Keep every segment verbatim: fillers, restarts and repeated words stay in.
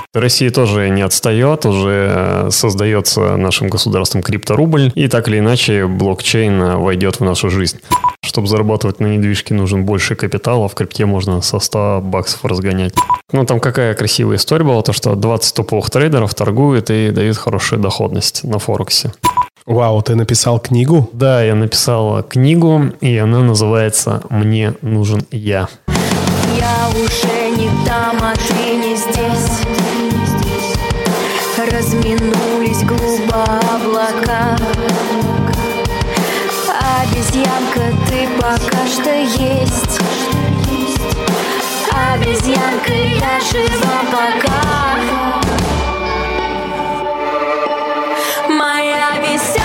Россия тоже не отстает, уже создается нашим государством крипторубль, и так или иначе блокчейн войдет в нашу жизнь. Чтобы зарабатывать на недвижке, нужен больше капитала, в крипте можно со ста баксов разгонять. Ну, там какая красивая история была, то что двадцать топовых трейдеров торгуют и дают хорошую доходность на Форексе. Вау, ты написал книгу? Да, я написал книгу, и она называется «Мне нужен я». Я уже не там, а ты не здесь. Разминулись глубо облака. Обезьянка, ты пока что есть. Обезьянка, я жива пока. Моя веселая.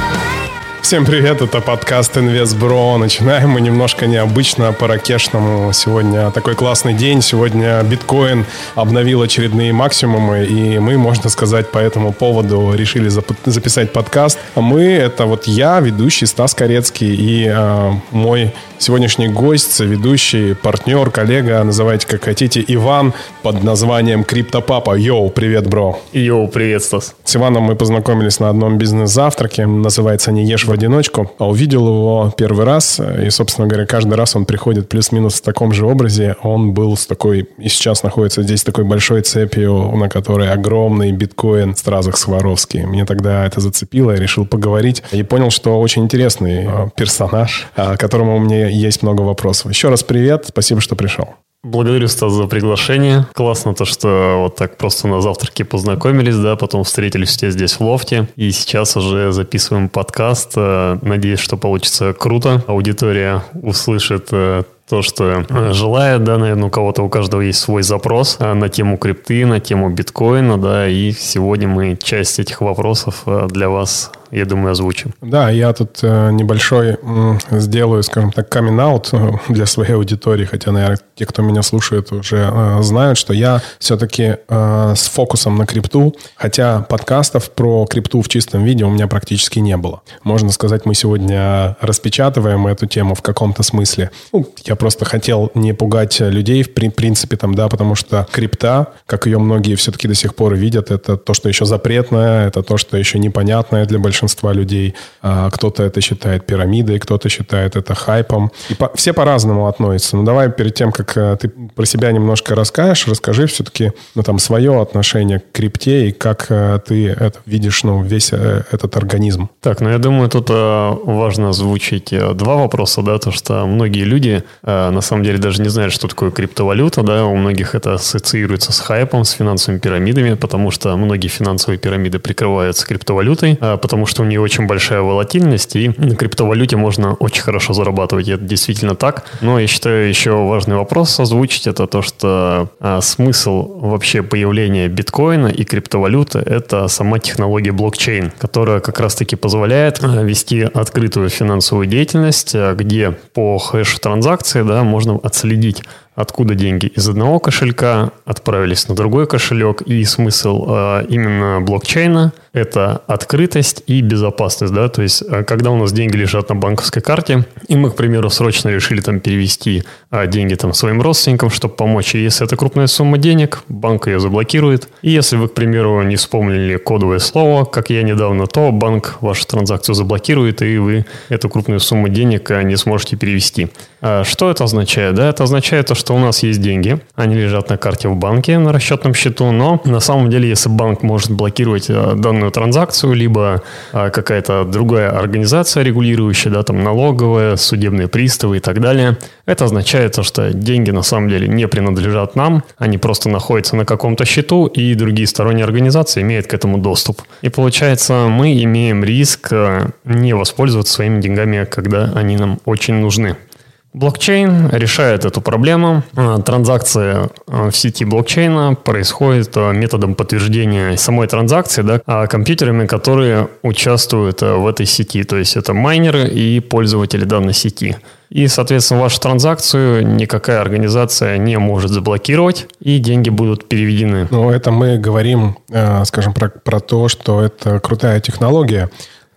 Всем привет, это подкаст InvestBro. Начинаем мы немножко необычно, по-ракешному. Сегодня такой классный день. Сегодня биткоин обновил очередные максимумы, и мы, можно сказать, по этому поводу решили зап- записать подкаст. Мы, это вот я, ведущий Стас Корецкий, и э, мой сегодняшний гость, ведущий, партнер, коллега, называйте как хотите, Иван, под названием Криптопапа. Йоу, привет, бро. Йоу, привет, Стас. С Иваном мы познакомились на одном бизнес-завтраке, называется «Не ешь в одиночку». А увидел его первый раз, и, собственно говоря, каждый раз он приходит плюс-минус в таком же образе. Он был с такой, и сейчас находится здесь такой большой цепью, на которой огромный биткоин Стразах Сваровский. Мне тогда это зацепило, я решил поговорить и понял, что очень интересный персонаж, к которому у меня есть много вопросов. Еще раз привет, спасибо, что пришел. Благодарю, Стас, за приглашение. Классно то, что вот так просто на завтраке познакомились, да, потом встретились все здесь в лофте, и сейчас уже записываем подкаст. Надеюсь, что получится круто. Аудитория услышит то, что желает, да, наверное, у кого-то, у каждого есть свой запрос на тему крипты, на тему биткоина, да, и сегодня мы часть этих вопросов для вас, я думаю, озвучим. Да, я тут э, небольшой м, сделаю, скажем так, камин-аут для своей аудитории, хотя, наверное, те, кто меня слушает, уже э, знают, что я все-таки э, с фокусом на крипту, хотя подкастов про крипту в чистом виде у меня практически не было. Можно сказать, мы сегодня распечатываем эту тему в каком-то смысле. Ну, я просто хотел не пугать людей, в при, принципе, там, да, потому что крипта, как ее многие все-таки до сих пор видят, это то, что еще запретное, это то, что еще непонятное для большинства людей. А, кто-то это считает пирамидой, кто-то считает это хайпом. И по, все по-разному относятся. Но давай перед тем, как а, ты про себя немножко расскажешь, расскажи все-таки, ну, там, свое отношение к крипте и как а, ты это видишь, ну, весь а, этот организм. Так, ну, я думаю, тут а, важно озвучить а, два вопроса, да, то, что многие люди а, на самом деле даже не знают, что такое криптовалюта, да, у многих это ассоциируется с хайпом, с финансовыми пирамидами, потому что многие финансовые пирамиды прикрываются криптовалютой, а, потому что что у нее очень большая волатильность, и на криптовалюте можно очень хорошо зарабатывать. И это действительно так. Но я считаю, еще важный вопрос озвучить, это то, что а, смысл вообще появления биткоина и криптовалюты – это сама технология блокчейн, которая как раз-таки позволяет а, вести открытую финансовую деятельность, а, где по хэшу транзакции, да, можно отследить, откуда деньги из одного кошелька отправились на другой кошелек. И смысл э, именно блокчейна – это открытость и безопасность. Да? То есть, э, когда у нас деньги лежат на банковской карте, и мы, к примеру, срочно решили там перевести э, деньги там, своим родственникам, чтобы помочь. И если это крупная сумма денег, банк ее заблокирует. И если вы, к примеру, не вспомнили кодовое слово, как я недавно, то банк вашу транзакцию заблокирует, и вы эту крупную сумму денег э, не сможете перевести. А что это означает? Да? Это означает то, что что у нас есть деньги, они лежат на карте в банке, на расчетном счету, но на самом деле, если банк может блокировать данную транзакцию, либо какая-то другая организация регулирующая, да, там налоговая, судебные приставы и так далее, это означает, что деньги на самом деле не принадлежат нам, они просто находятся на каком-то счету, и другие сторонние организации имеют к этому доступ. И получается, мы имеем риск не воспользоваться своими деньгами, когда они нам очень нужны. Блокчейн решает эту проблему. Транзакция в сети блокчейна происходит методом подтверждения самой транзакции, да, компьютерами, которые участвуют в этой сети. То есть это майнеры и пользователи данной сети. И, соответственно, вашу транзакцию никакая организация не может заблокировать, и деньги будут переведены. Ну, это мы говорим, скажем, про, про то, что это крутая технология.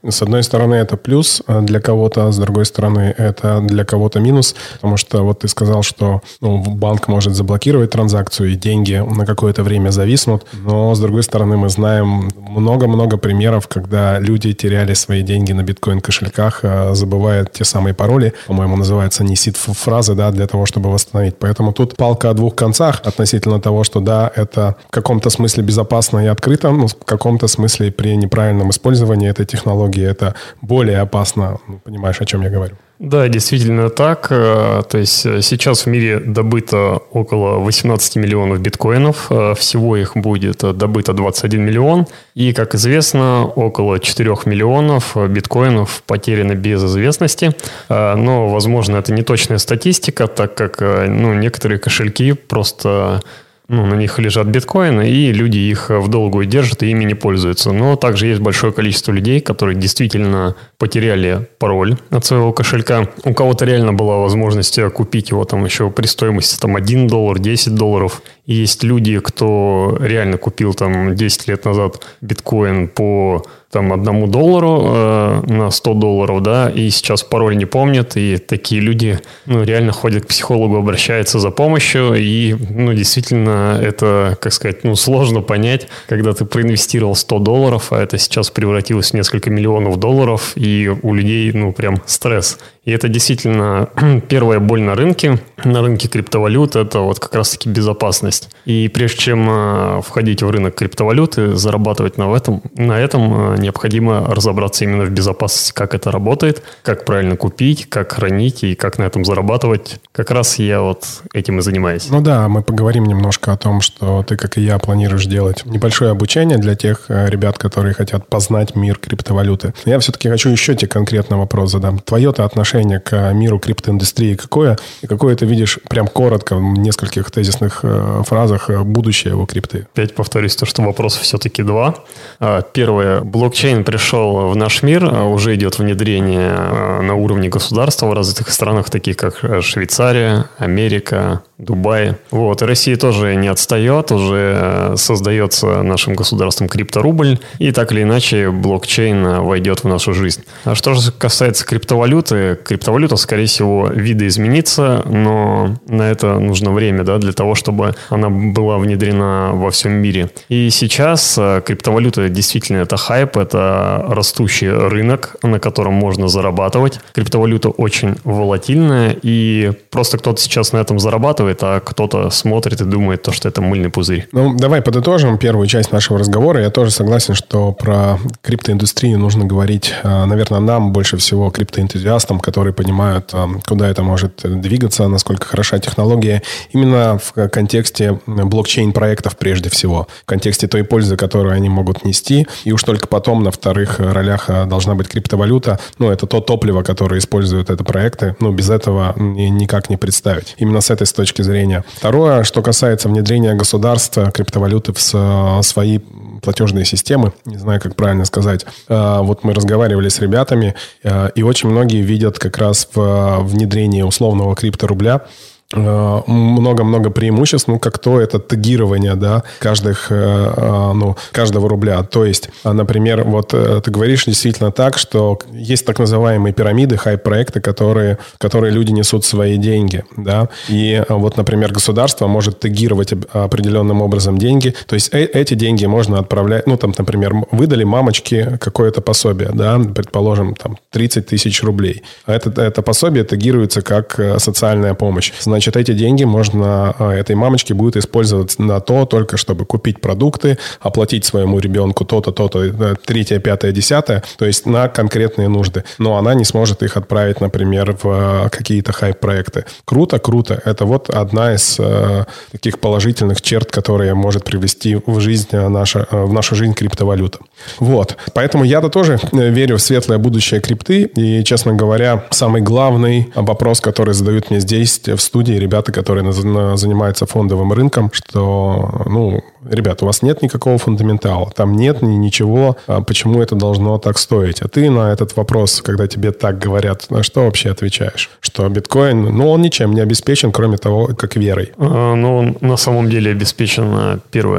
С одной стороны, это плюс для кого-то, с другой стороны, это для кого-то минус, потому что вот ты сказал, что ну, банк может заблокировать транзакцию, и деньги на какое-то время зависнут, но с другой стороны, мы знаем много-много примеров, когда люди теряли свои деньги на биткоин-кошельках, забывая те самые пароли, по-моему, называется не сид-фразы, да, для того, чтобы восстановить. Поэтому тут палка о двух концах относительно того, что да, это в каком-то смысле безопасно и открыто, но в каком-то смысле при неправильном использовании этой технологии это более опасно. Понимаешь, о чем я говорю? Да, действительно так. То есть сейчас в мире добыто около восемнадцать миллионов биткоинов. Всего их будет добыто двадцать один миллион. И, как известно, около четырех миллионов биткоинов потеряно без известности. Но, возможно, это не точная статистика, так как ну, некоторые кошельки просто... Ну, на них лежат биткоины, и люди их в долгую держат и ими не пользуются. Но также есть большое количество людей, которые действительно потеряли пароль от своего кошелька. У кого-то реально была возможность купить его там еще при стоимости там, один доллар, десять долларов. И есть люди, кто реально купил там десять лет назад биткоин по там, одному доллару э, на сто долларов, да, и сейчас пароль не помнят, и такие люди, ну, реально ходят к психологу, обращаются за помощью, и, ну, действительно, это, как сказать, ну, сложно понять, когда ты проинвестировал сто долларов, а это сейчас превратилось в несколько миллионов долларов, и у людей, ну, прям стресс. И это действительно первая боль на рынке, на рынке криптовалют, это вот как раз-таки безопасность. И прежде чем э, входить в рынок криптовалюты, зарабатывать на этом, на этом э, необходимо разобраться именно в безопасности, как это работает, как правильно купить, как хранить и как на этом зарабатывать. Как раз я вот этим и занимаюсь. Ну да, мы поговорим немножко о том, что ты, как и я, планируешь делать небольшое обучение для тех э, ребят, которые хотят познать мир криптовалюты. Я все-таки хочу еще тебе конкретный вопрос задам. Твое-то отношение к миру криптоиндустрии какое? И какое ты видишь прям коротко в нескольких тезисных э, фразах будущее его крипты? Опять повторюсь, то, что вопросов все-таки два. Первое. Блокчейн пришел в наш мир, уже идет внедрение на уровне государства в развитых странах, таких как Швейцария, Америка, Дубай. Вот. И Россия тоже не отстает, уже создается нашим государством крипторубль, и так или иначе блокчейн войдет в нашу жизнь. А что же касается криптовалюты, криптовалюта, скорее всего, видоизменится, но на это нужно время, да, для того, чтобы она была внедрена во всем мире. И сейчас криптовалюта действительно это хайп, это растущий рынок, на котором можно зарабатывать. Криптовалюта очень волатильная, и просто кто-то сейчас на этом зарабатывает, а кто-то смотрит и думает, то, что это мыльный пузырь. Ну, давай подытожим первую часть нашего разговора. Я тоже согласен, что про криптоиндустрию нужно говорить, наверное, нам больше всего, криптоэнтузиастам, которые понимают, куда это может двигаться, насколько хороша технология, именно в контексте блокчейн-проектов прежде всего, в контексте той пользы, которую они могут нести, и уж только потом на вторых ролях должна быть криптовалюта. Ну, это то топливо, которое используют эти проекты. Ну, без этого никак не представить. Именно с этой точки зрения. Второе, что касается внедрения государства, криптовалюты в свои платежные системы, не знаю, как правильно сказать. Вот мы разговаривали с ребятами, и очень многие видят как раз в внедрении условного крипторубля много-много преимуществ, ну, как то это тегирование, да, каждых, ну, каждого рубля. То есть, например, вот ты говоришь действительно так, что есть так называемые пирамиды, хайп-проекты, которые, которые люди несут свои деньги, да, и вот, например, государство может тегировать определенным образом деньги, то есть э- эти деньги можно отправлять, ну, там, например, выдали мамочке какое-то пособие, да, предположим, там, тридцать тысяч рублей. Это, это пособие тегируется как социальная помощь. Значит, эти деньги можно, этой мамочке будет использовать на то, только чтобы купить продукты, оплатить своему ребенку то-то, то-то, третье, пятое, десятое, то есть на конкретные нужды. Но она не сможет их отправить, например, в какие-то хайп-проекты. Круто, круто. Это вот одна из э, таких положительных черт, которые может привести в жизнь наша, в нашу жизнь криптовалюта. Вот. Поэтому я-то тоже верю в светлое будущее крипты. И, честно говоря, самый главный вопрос, который задают мне здесь, в студии, ребята, которые занимаются фондовым рынком, что, ну, ребят, у вас нет никакого фундаментала, там нет ничего, почему это должно так стоить. А ты на этот вопрос, когда тебе так говорят, на что вообще отвечаешь? Что биткоин, ну, он ничем не обеспечен, кроме того, как верой. А, ну, он на самом деле обеспечен, первое,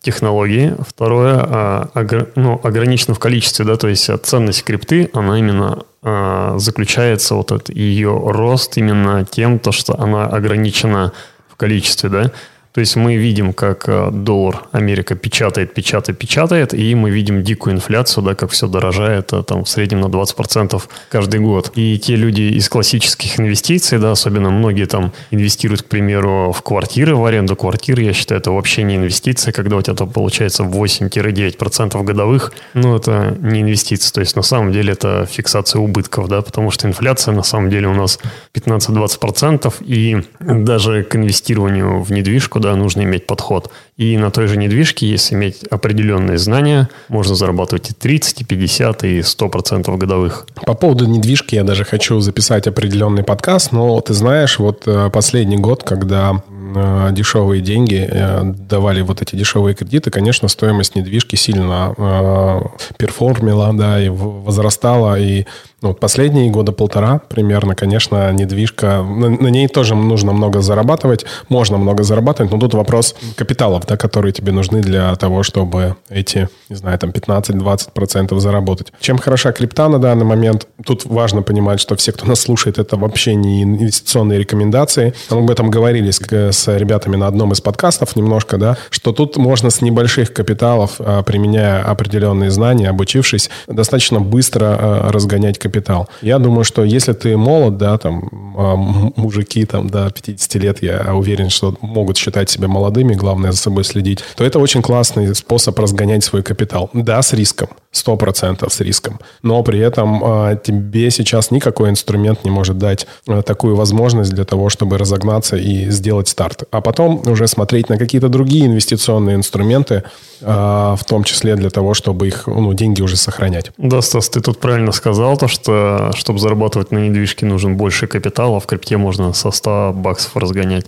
технологии. Второе, а, огр, ну, ограничено в количестве, да, то есть ценность крипты, она именно а, заключается, вот этот ее рост именно тем, то, что она ограничена в количестве, да. То есть мы видим, как доллар Америка печатает, печатает, печатает, и мы видим дикую инфляцию, да, как все дорожает там, в среднем на двадцать процентов каждый год. И те люди из классических инвестиций, да, особенно многие там инвестируют, к примеру, в квартиры, в аренду квартиры, я считаю, это вообще не инвестиции, когда у тебя там получается восемь-девять процентов годовых, ну, это не инвестиции, то есть на самом деле это фиксация убытков, да, потому что инфляция на самом деле у нас пятнадцать-двадцать процентов, и даже к инвестированию в недвижку, да, нужно иметь подход. И на той же недвижке, если иметь определенные знания, можно зарабатывать и тридцать, и пятьдесят, и сто процентов годовых. По поводу недвижки я даже хочу записать определенный подкаст, но ты знаешь, вот последний год, когда дешевые деньги давали вот эти дешевые кредиты, конечно, стоимость недвижки сильно э, перформила, да, и возрастала, и ну, последние года полтора примерно, конечно, недвижка, на, на ней тоже нужно много зарабатывать, можно много зарабатывать, но тут вопрос капиталов, да, которые тебе нужны для того, чтобы эти, не знаю, там пятнадцать-двадцать процентов заработать. Чем хороша крипта на данный момент? Тут важно понимать, что все, кто нас слушает, это вообще не инвестиционные рекомендации. Мы об этом говорили с, с ребятами на одном из подкастов немножко, да, что тут можно с небольших капиталов, применяя определенные знания, обучившись, достаточно быстро разгонять капитал. Капитал. Я думаю, что если ты молод, да, там, мужики там, до пятидесяти лет, я уверен, что могут считать себя молодыми, главное за собой следить, то это очень классный способ разгонять свой капитал. Да, с риском, сто процентов с риском, но при этом а, тебе сейчас никакой инструмент не может дать а, такую возможность для того, чтобы разогнаться и сделать старт. А потом уже смотреть на какие-то другие инвестиционные инструменты, а, в том числе для того, чтобы их, ну, деньги уже сохранять. Да, Стас, ты тут правильно сказал, то, что чтобы зарабатывать на недвижке, нужен больше капитала. В крипте можно со ста баксов разгонять.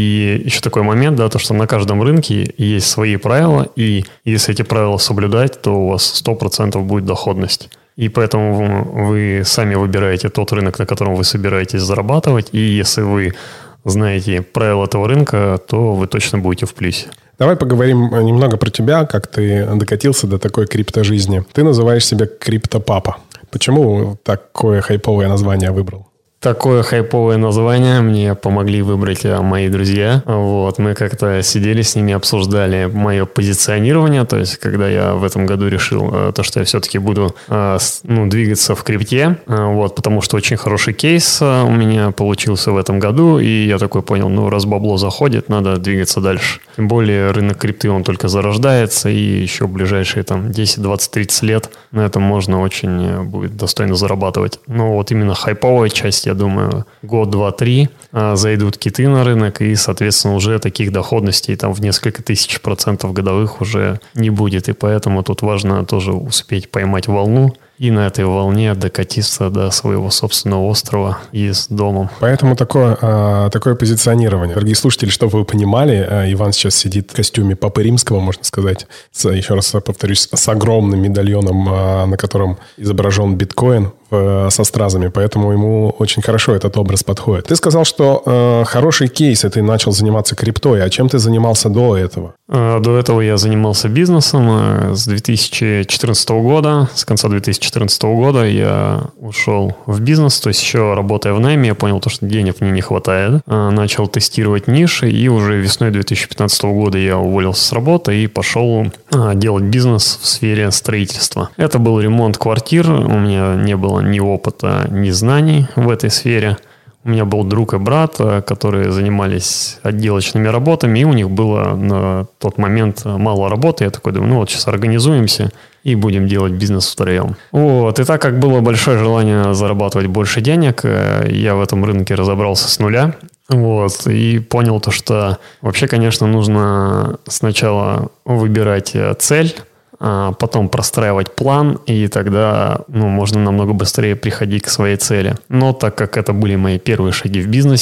И еще такой момент, да, то, что на каждом рынке есть свои правила, и если эти правила соблюдать, то у вас сто процентов будет доходность. И поэтому вы сами выбираете тот рынок, на котором вы собираетесь зарабатывать. И если вы знаете правила этого рынка, то вы точно будете в плюсе. Давай поговорим немного про тебя, как ты докатился до такой криптожизни. Ты называешь себя криптопапа. Почему такое хайповое название выбрал? Такое хайповое название мне помогли выбрать мои друзья. Вот, мы как-то сидели с ними, обсуждали мое позиционирование. То есть, когда я в этом году решил, то, что я все-таки буду ну, двигаться в крипте, вот, потому что очень хороший кейс у меня получился в этом году. И я такой понял, ну, раз бабло заходит, надо двигаться дальше. Тем более, рынок крипты, он только зарождается, и еще в ближайшие там десять, двадцать, тридцать лет на этом можно очень будет достойно зарабатывать. Но вот именно хайповая часть, я думаю, год, два, три а, зайдут киты на рынок, и, соответственно, уже таких доходностей там в несколько тысяч процентов годовых уже не будет. И поэтому тут важно тоже успеть поймать волну и на этой волне докатиться до своего собственного острова и с домом. Поэтому такое, а, такое позиционирование. Дорогие слушатели, чтобы вы понимали, а, Иван сейчас сидит в костюме Папы Римского, можно сказать, с, еще раз повторюсь, с огромным медальоном, а, на котором изображен биткоин в, со стразами, поэтому ему очень хорошо этот образ подходит. Ты сказал, что э, хороший кейс, и ты начал заниматься криптой. А чем ты занимался до этого? До этого я занимался бизнесом с две тысячи четырнадцатого года. С конца две тысячи четырнадцатого года я ушел в бизнес. То есть еще работая в найме, я понял, что денег мне не хватает. Начал тестировать ниши, и уже весной две тысячи пятнадцатого года я уволился с работы и пошел делать бизнес в сфере строительства. Это был ремонт квартир. У меня не было ни опыта, ни знаний в этой сфере. У меня был друг и брат, которые занимались отделочными работами, и у них было на тот момент мало работы. Я такой думаю, ну вот сейчас организуемся и будем делать бизнес втроем. Вот. И так как было большое желание зарабатывать больше денег, я в этом рынке разобрался с нуля. Вот, и понял то, что вообще, конечно, нужно сначала выбирать цель, а потом простраивать план, и тогда ну, можно намного быстрее приходить к своей цели. Но так как это были мои первые шаги в бизнесе,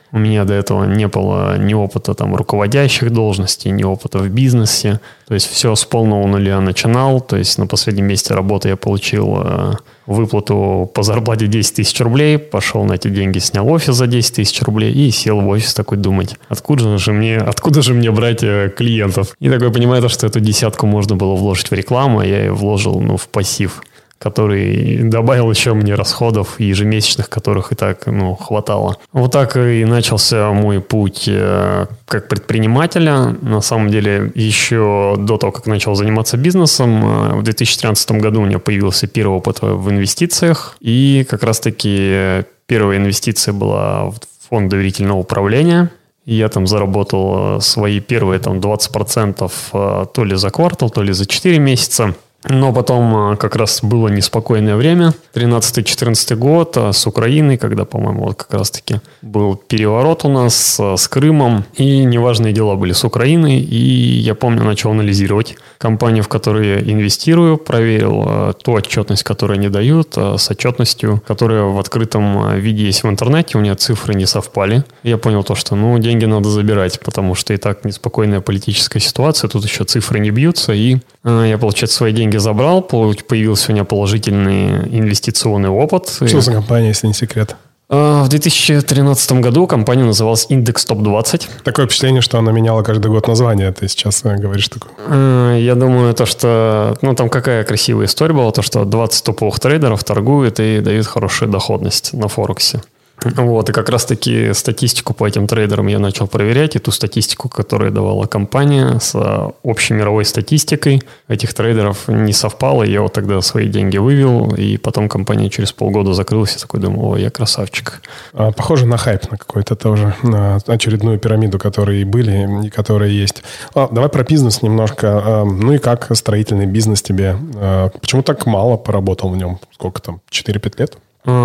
У меня до этого не было ни опыта там руководящих должностей, ни опыта в бизнесе. То есть все с полного нуля начинал. То есть на последнем месте работы я получил э, выплату по зарплате десять тысяч рублей. Пошел на эти деньги, снял офис за десять тысяч рублей и сел в офис такой думать, откуда же мне, откуда же мне брать э, клиентов. И такой понимаю, что эту десятку можно было вложить в рекламу, а я ее вложил ну, в пассив, который добавил еще мне расходов ежемесячных, которых и так ну, хватало. Вот так и начался мой путь э, как предпринимателя. На самом деле, еще до того, как начал заниматься бизнесом, э, в две тысячи тринадцатом году у меня появился первый опыт в инвестициях. И как раз-таки первая инвестиция была в фонд доверительного управления. И я там заработал свои первые там, двадцать процентов э, то ли за квартал, то ли за четыре месяца. Но потом как раз было неспокойное время, тринадцатый-четырнадцатый год с Украиной, когда, по-моему, вот как раз-таки был переворот у нас с Крымом, и неважные дела были с Украиной, и я помню, начал анализировать компанию, в которую я инвестирую, проверил ту отчетность, которую они дают, с отчетностью, которая в открытом виде есть в интернете, у меня цифры не совпали. Я понял то, что ну, деньги надо забирать, потому что и так неспокойная политическая ситуация, тут еще цифры не бьются, и я, получается, свои деньги забрал, появился у меня положительный инвестиционный опыт. Что за компания, если не секрет? В две тысячи тринадцатом году компания называлась Индекс топ двадцать. Такое впечатление, что она меняла каждый год название. Ты сейчас говоришь такое. Я думаю, то, что... Ну, там какая красивая история была, то, что двадцать топовых трейдеров торгуют и дают хорошую доходность на Форексе. Вот, и как раз-таки статистику по этим трейдерам я начал проверять, и ту статистику, которую давала компания с общей мировой статистикой этих трейдеров не совпало, и я вот тогда свои деньги вывел, и потом компания через полгода закрылась, и такой думал, о, я красавчик. А, похоже на хайп, на какой-то тоже, на очередную пирамиду, которые были и которые есть. А, давай про бизнес немножко. А, ну и как строительный бизнес тебе? А, почему так мало поработал в нем? Сколько там, четыре-пять лет?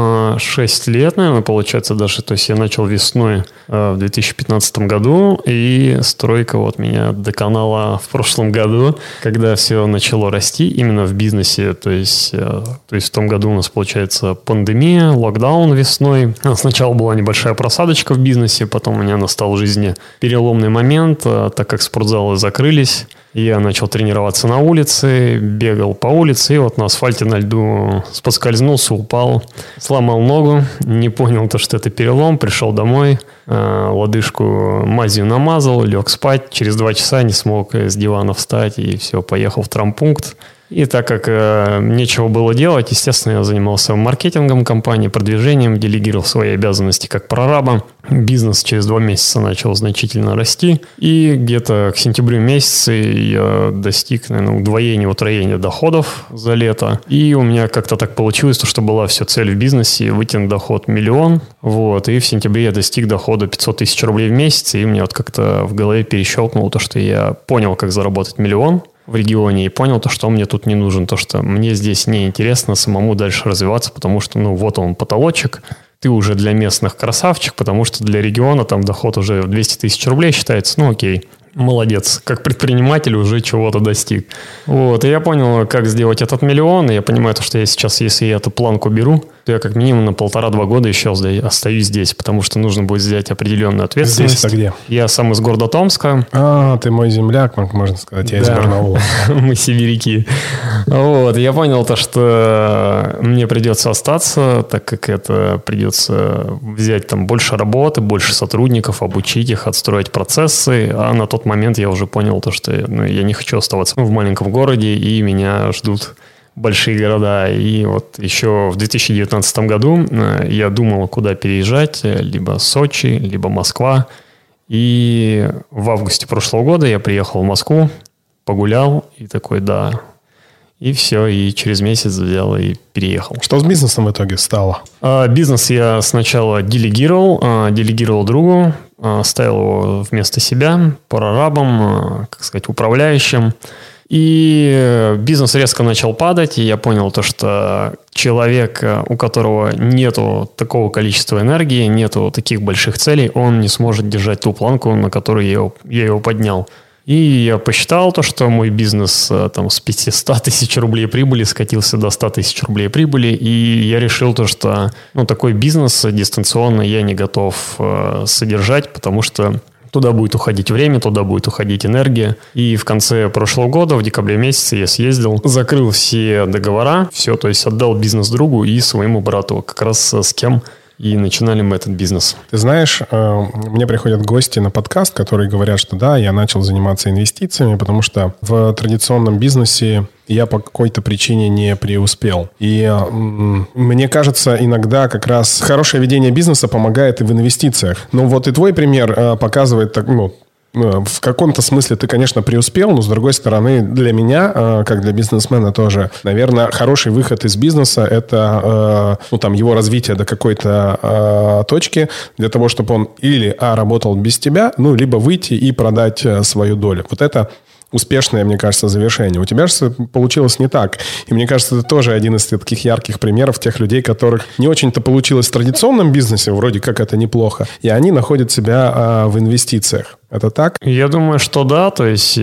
Шесть лет, наверное, получается даже. То есть я начал весной в две тысячи пятнадцатом году, и стройка вот меня доконала в прошлом году, когда все начало расти именно в бизнесе. То есть, то есть в том году у нас, получается, пандемия, локдаун весной. Сначала была небольшая просадочка в бизнесе, потом у меня настал в жизни переломный момент, так как спортзалы закрылись. Я начал тренироваться на улице, бегал по улице, и вот на асфальте на льду споскользнулся, упал, сломал ногу, не понял то, что это перелом, пришел домой, лодыжку мазью намазал, лег спать, через два часа не смог с дивана встать, и все, поехал в травмпункт. И так как э, нечего было делать, естественно, я занимался маркетингом компании, продвижением, делегировал свои обязанности как прораба. Бизнес через два месяца начал значительно расти. И где-то к сентябрю месяце я достиг, наверное, удвоения, утроения доходов за лето. И у меня как-то так получилось, что была все цель в бизнесе, вытянуть доход миллион. Вот. И в сентябре я достиг дохода пятьсот тысяч рублей в месяц. И мне вот как-то в голове перещелкнуло то, что я понял, как заработать миллион в регионе, и понял то, что мне тут не нужен, то, что мне здесь неинтересно самому дальше развиваться, потому что, ну, вот он потолочек, ты уже для местных красавчик, потому что для региона там доход уже в двести тысяч рублей считается, ну, окей, молодец, как предприниматель уже чего-то достиг. Вот, и я понял, как сделать этот миллион, и я понимаю, что я сейчас, если я эту планку беру, то я как минимум на полтора-два года еще остаюсь здесь, потому что нужно будет взять определенную ответственность. Здесь-то где? Я сам из города Томска. А, ты мой земляк, можно сказать, я да. из Барнаула. Мы сибиряки. Вот, я понял то, что мне придется остаться, так как это придется взять там больше работы, больше сотрудников, обучить их, отстроить процессы, а на тот момент я уже понял то, что ну, я не хочу оставаться в маленьком городе, и меня ждут большие города. И вот еще в две тысячи девятнадцатом году я думал, куда переезжать, либо Сочи, либо Москва. И в августе прошлого года я приехал в Москву, погулял, и такой, да. И все, и через месяц взял и переехал. Что с бизнесом в итоге стало? А, бизнес я сначала делегировал, а, делегировал другу, а, ставил его вместо себя прорабом, а, как сказать, управляющим. И бизнес резко начал падать, и я понял то, что человек, у которого нету такого количества энергии, нету таких больших целей, он не сможет держать ту планку, на которую я его, я его поднял. И я посчитал то, что мой бизнес там, с пятьсот тысяч рублей прибыли скатился до сто тысяч рублей прибыли. И я решил то, что ну, такой бизнес дистанционно я не готов э, содержать, потому что туда будет уходить время, туда будет уходить энергия. И в конце прошлого года, в декабре месяце, я съездил, закрыл все договора, все, то есть отдал бизнес другу и своему брату, как раз с кем и начинали мы этот бизнес. Ты знаешь, мне приходят гости на подкаст, которые говорят, что да, я начал заниматься инвестициями, потому что в традиционном бизнесе я по какой-то причине не преуспел. И м- мне кажется, иногда как раз хорошее ведение бизнеса помогает и в инвестициях. Ну вот и твой пример э, показывает, так, ну, в каком-то смысле ты, конечно, преуспел, но, с другой стороны, для меня, как для бизнесмена тоже, наверное, хороший выход из бизнеса – это ну, там, его развитие до какой-то точки для того, чтобы он или а, работал без тебя, ну, либо выйти и продать свою долю. Вот это успешное, мне кажется, завершение. У тебя же получилось не так. И мне кажется, это тоже один из таких ярких примеров тех людей, которых не очень-то получилось в традиционном бизнесе, вроде как это неплохо, и они находят себя а, в инвестициях. Это так? Я думаю, что да. То есть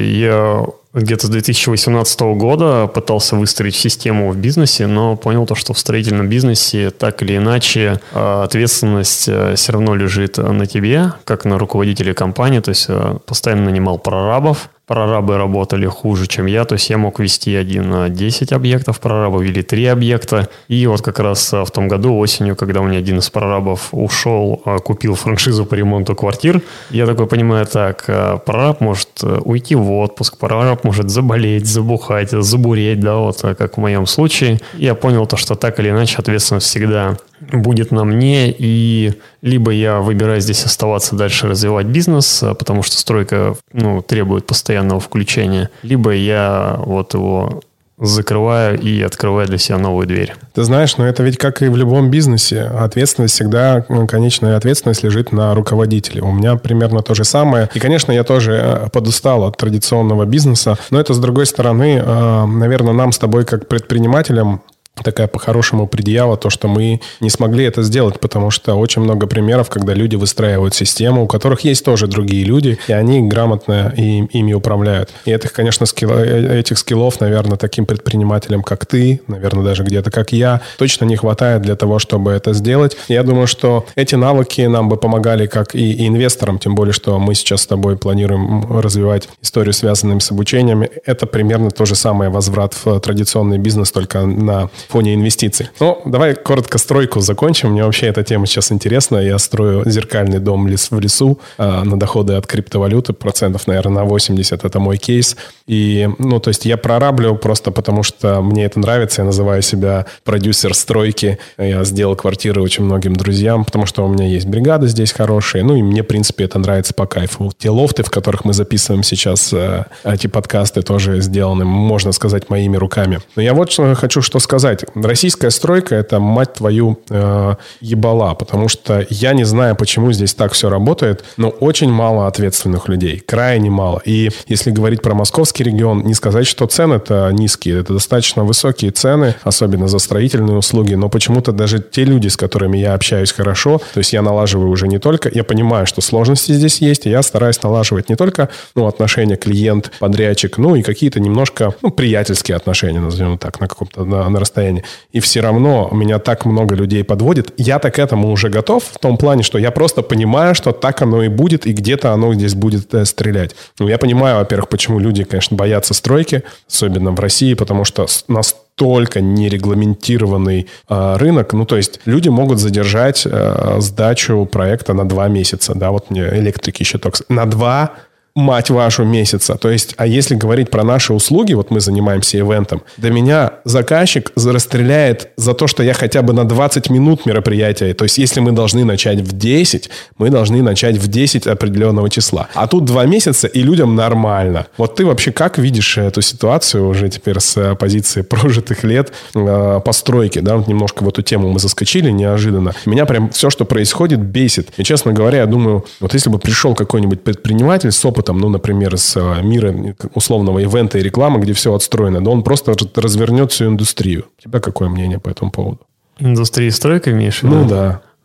я где-то с две тысячи восемнадцатого года пытался выстроить систему в бизнесе, но понял то, что в строительном бизнесе так или иначе ответственность все равно лежит на тебе, как на руководителе компании. То есть постоянно нанимал прорабов. Прорабы работали хуже, чем я. То есть я мог вести один на десять объектов, прорабы вели три объекта. И вот как раз в том году осенью, когда у меня один из прорабов ушел, купил франшизу по ремонту квартир, я такой понимаю, так, прораб может уйти в отпуск, прораб может заболеть, забухать, забуреть, да, вот как в моем случае. Я понял то, что так или иначе ответственность всегда будет на мне, и либо я выбираю здесь оставаться дальше развивать бизнес, потому что стройка ну, требует постоянного включения, либо я вот его закрываю и открываю для себя новую дверь. Ты знаешь, но это ведь как и в любом бизнесе. Ответственность всегда, конечная ответственность лежит на руководителе. У меня примерно то же самое. И, конечно, я тоже подустал от традиционного бизнеса, но это, с другой стороны, наверное, нам с тобой, как предпринимателям, такая по-хорошему предъява, то, что мы не смогли это сделать, потому что очень много примеров, когда люди выстраивают систему, у которых есть тоже другие люди, и они грамотно им, ими управляют. И этих, конечно, скилл, этих скиллов, наверное, таким предпринимателям, как ты, наверное, даже где-то как я, точно не хватает для того, чтобы это сделать. Я думаю, что эти навыки нам бы помогали как и, и инвесторам, тем более, что мы сейчас с тобой планируем развивать историю, связанную с обучением. Это примерно то же самое возврат в традиционный бизнес, только на фоне инвестиций. Ну, давай коротко стройку закончим. Мне вообще эта тема сейчас интересна. Я строю зеркальный дом в лесу а, на доходы от криптовалюты. Процентов, наверное, на восемьдесят. Это мой кейс. И, ну, то есть я прораблю просто потому, что мне это нравится. Я называю себя продюсер стройки. Я сделал квартиры очень многим друзьям, потому что у меня есть бригады здесь хорошие. Ну, и мне, в принципе, это нравится по кайфу. Те лофты, в которых мы записываем сейчас эти подкасты, тоже сделаны, можно сказать, моими руками. Но я вот что хочу что сказать. Российская стройка – это, мать твою, э, ебала, потому что я не знаю, почему здесь так все работает, но очень мало ответственных людей, крайне мало. И если говорить про московский регион, не сказать, что цены-то низкие, это достаточно высокие цены, особенно за строительные услуги, но почему-то даже те люди, с которыми я общаюсь хорошо, то есть я налаживаю уже не только, я понимаю, что сложности здесь есть, и я стараюсь налаживать не только ну, отношения клиент, подрядчик, ну и какие-то немножко ну, приятельские отношения, назовем так, на каком-то на, на расстоянии. И все равно меня так много людей подводит. Я-то к этому уже готов в том плане, что я просто понимаю, что так оно и будет, и где-то оно здесь будет э, стрелять. Ну, я понимаю, во-первых, почему люди, конечно, боятся стройки, особенно в России, потому что настолько нерегламентированный э, рынок. Ну, то есть люди могут задержать э, сдачу проекта на два месяца. Да, вот мне электрики еще только... На два мать вашу, месяца. То есть, а если говорить про наши услуги, вот мы занимаемся ивентом, до меня заказчик расстреляет за то, что я хотя бы на двадцать минут мероприятия. То есть, если мы должны начать в десять, мы должны начать в десять определенного числа. А тут два месяца, и людям нормально. Вот ты вообще как видишь эту ситуацию уже теперь с позиции прожитых лет э, постройки, да? Вот немножко в эту тему мы заскочили неожиданно. Меня прям все, что происходит, бесит. И, честно говоря, я думаю, вот если бы пришел какой-нибудь предприниматель с опытом, ну, например, с мира условного ивента и рекламы, где все отстроено, да он просто развернет всю индустрию. У тебя какое мнение по этому поводу? Индустрия стройка имеешь в виду? Ну, да.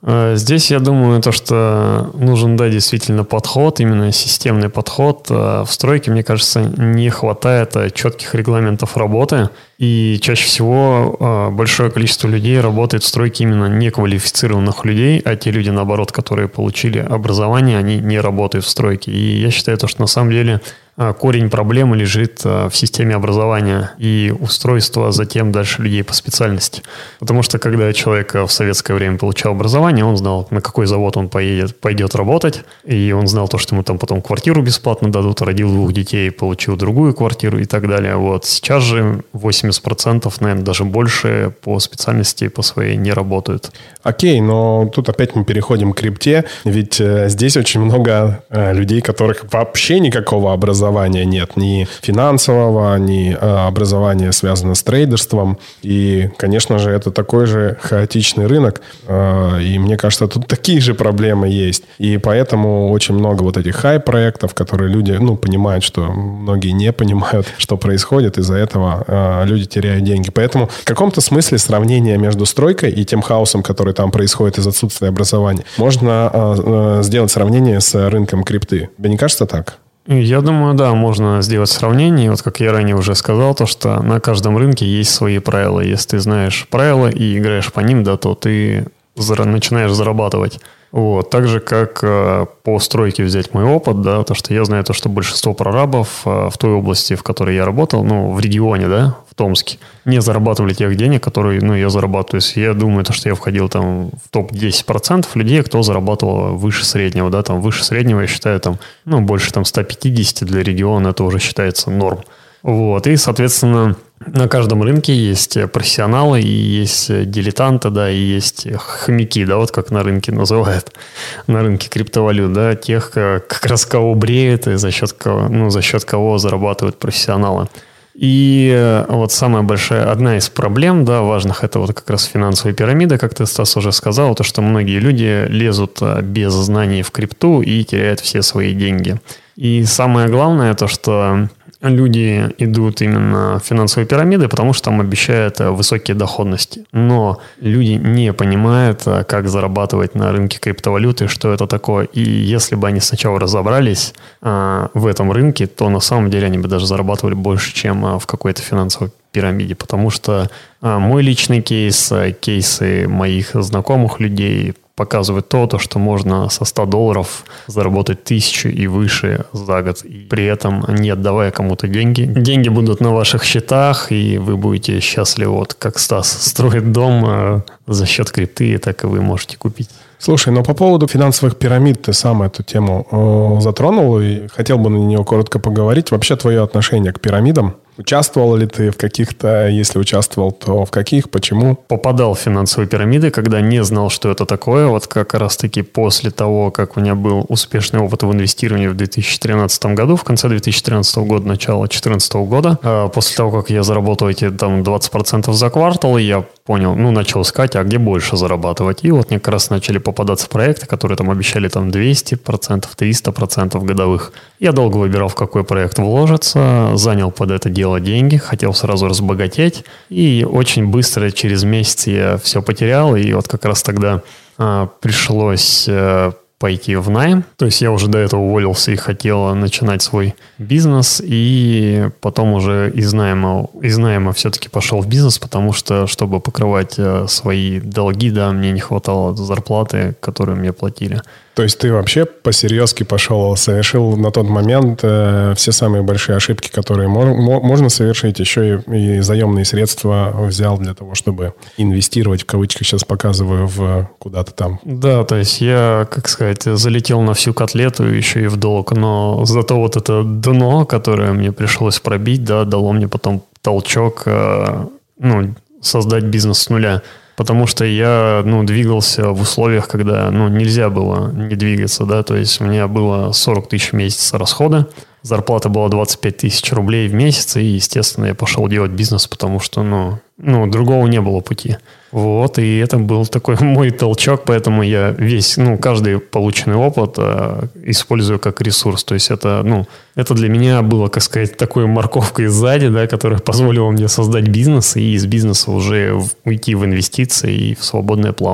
Здесь, я думаю, то, что нужен, да, действительно подход, именно системный подход. В стройке, мне кажется, не хватает четких регламентов работы. И чаще всего большое количество людей работает в стройке именно неквалифицированных людей, а те люди, наоборот, которые получили образование, они не работают в стройке. И я считаю, то, что на самом деле корень проблемы лежит в системе образования и устройства затем дальше людей по специальности. Потому что когда человек в советское время получал образование, он знал, на какой завод он поедет, пойдет работать, и он знал то, что ему там потом квартиру бесплатно дадут, родил двух детей, получил другую квартиру и так далее. Вот сейчас же восемьдесят процентов, наверное, даже больше по специальности по своей не работают. Окей, но тут опять мы переходим к крипте, ведь э, здесь очень много э, людей, которых вообще никакого образования нет, ни финансового, ни э, образования связанного с трейдерством, и, конечно же, это такой же хаотичный рынок, э, и мне кажется, тут такие же проблемы есть, и поэтому очень много вот этих хайп-проектов, которые люди, ну, понимают, что многие не понимают, что происходит, из-за этого э, люди теряют деньги. Поэтому в каком-то смысле сравнение между стройкой и тем хаосом, который там происходит из отсутствия образования, можно э, э, сделать сравнение с рынком крипты. Тебе не кажется так? Я думаю, да, можно сделать сравнение. Вот как я ранее уже сказал, то, что на каждом рынке есть свои правила. Если ты знаешь правила и играешь по ним, да, то ты начинаешь зарабатывать. Вот. Так же, как э, по стройке взять мой опыт, да, то, что я знаю, то, что большинство прорабов э, в той области, в которой я работал, ну, в регионе, да, в Томске, не зарабатывали тех денег, которые, ну, я зарабатываю. То есть я думаю, то, что я входил там в топ десять процентов людей, кто зарабатывал выше среднего, да, там выше среднего, я считаю, там, ну, больше там сто пятьдесят для региона, это уже считается норм. Вот, и, соответственно, на каждом рынке есть профессионалы, и есть дилетанты, да, и есть хомяки, да, вот как на рынке называют, на рынке криптовалют, да, тех, как раз кого бреют и за счет кого, ну, за счет кого зарабатывают профессионалы. И вот самая большая, одна из проблем, да, важных, это вот как раз финансовая пирамида, как ты, Стас, уже сказал, то, что многие люди лезут без знаний в крипту и теряют все свои деньги. И самое главное, то, что люди идут именно в финансовые пирамиды, потому что там обещают высокие доходности. Но люди не понимают, как зарабатывать на рынке криптовалюты, что это такое. И если бы они сначала разобрались а, в этом рынке, то на самом деле они бы даже зарабатывали больше, чем а, в какой-то финансовой пирамиде. Потому что а, мой личный кейс, а, кейсы моих знакомых людей показывает то, то, что можно со ста долларов заработать тысячу и выше за год. И при этом не отдавая кому-то деньги. Деньги будут на ваших счетах, и вы будете счастливы. Вот как Стас строит дом э, за счет крипты, так и вы можете купить. Слушай, но по поводу финансовых пирамид ты сам эту тему э, затронул, и хотел бы на нее коротко поговорить. Вообще твое отношение к пирамидам? Участвовал ли ты в каких-то, если участвовал, то в каких, почему? Попадал в финансовые пирамиды, когда не знал, что это такое. Вот как раз-таки после того, как у меня был успешный опыт в инвестировании в две тысячи тринадцатом году, в конце две тысячи тринадцатого года, начало две тысячи четырнадцатого года, после того, как я заработал эти там двадцать процентов за квартал, я понял, ну, начал искать, а где больше зарабатывать. И вот мне как раз начали попадаться проекты, которые там обещали там двести процентов, триста процентов годовых. Я долго выбирал, в какой проект вложиться, занял под это дело деньги, хотел сразу разбогатеть, и очень быстро, через месяц я все потерял, и вот как раз тогда а, пришлось а, пойти в найм, то есть я уже до этого уволился и хотел начинать свой бизнес, и потом уже из найма, из найма все-таки пошел в бизнес, потому что, чтобы покрывать а, свои долги, да, мне не хватало зарплаты, которую мне платили. То есть ты вообще по-серьезки пошел, совершил на тот момент э, все самые большие ошибки, которые мо- мо- можно совершить, еще и, и заемные средства взял для того, чтобы инвестировать, в кавычках сейчас показываю, в куда-то там. Да, то есть я, как сказать, залетел на всю котлету еще и в долг, но зато вот это дно, которое мне пришлось пробить, да, дало мне потом толчок, э, ну, создать бизнес с нуля. Потому что я, ну, двигался в условиях, когда, ну, нельзя было не двигаться, да, то есть у меня было сорок тысяч в месяц расхода, зарплата была двадцать пять тысяч рублей в месяц, и, естественно, я пошел делать бизнес, потому что, ну, ну, другого не было пути. Вот, и это был такой мой толчок, поэтому я весь, ну, каждый полученный опыт э, использую как ресурс. То есть это, ну, это для меня было, как сказать, такой морковкой сзади, да, которая позволила мне создать бизнес и из бизнеса уже в, уйти в инвестиции и в свободное плавание.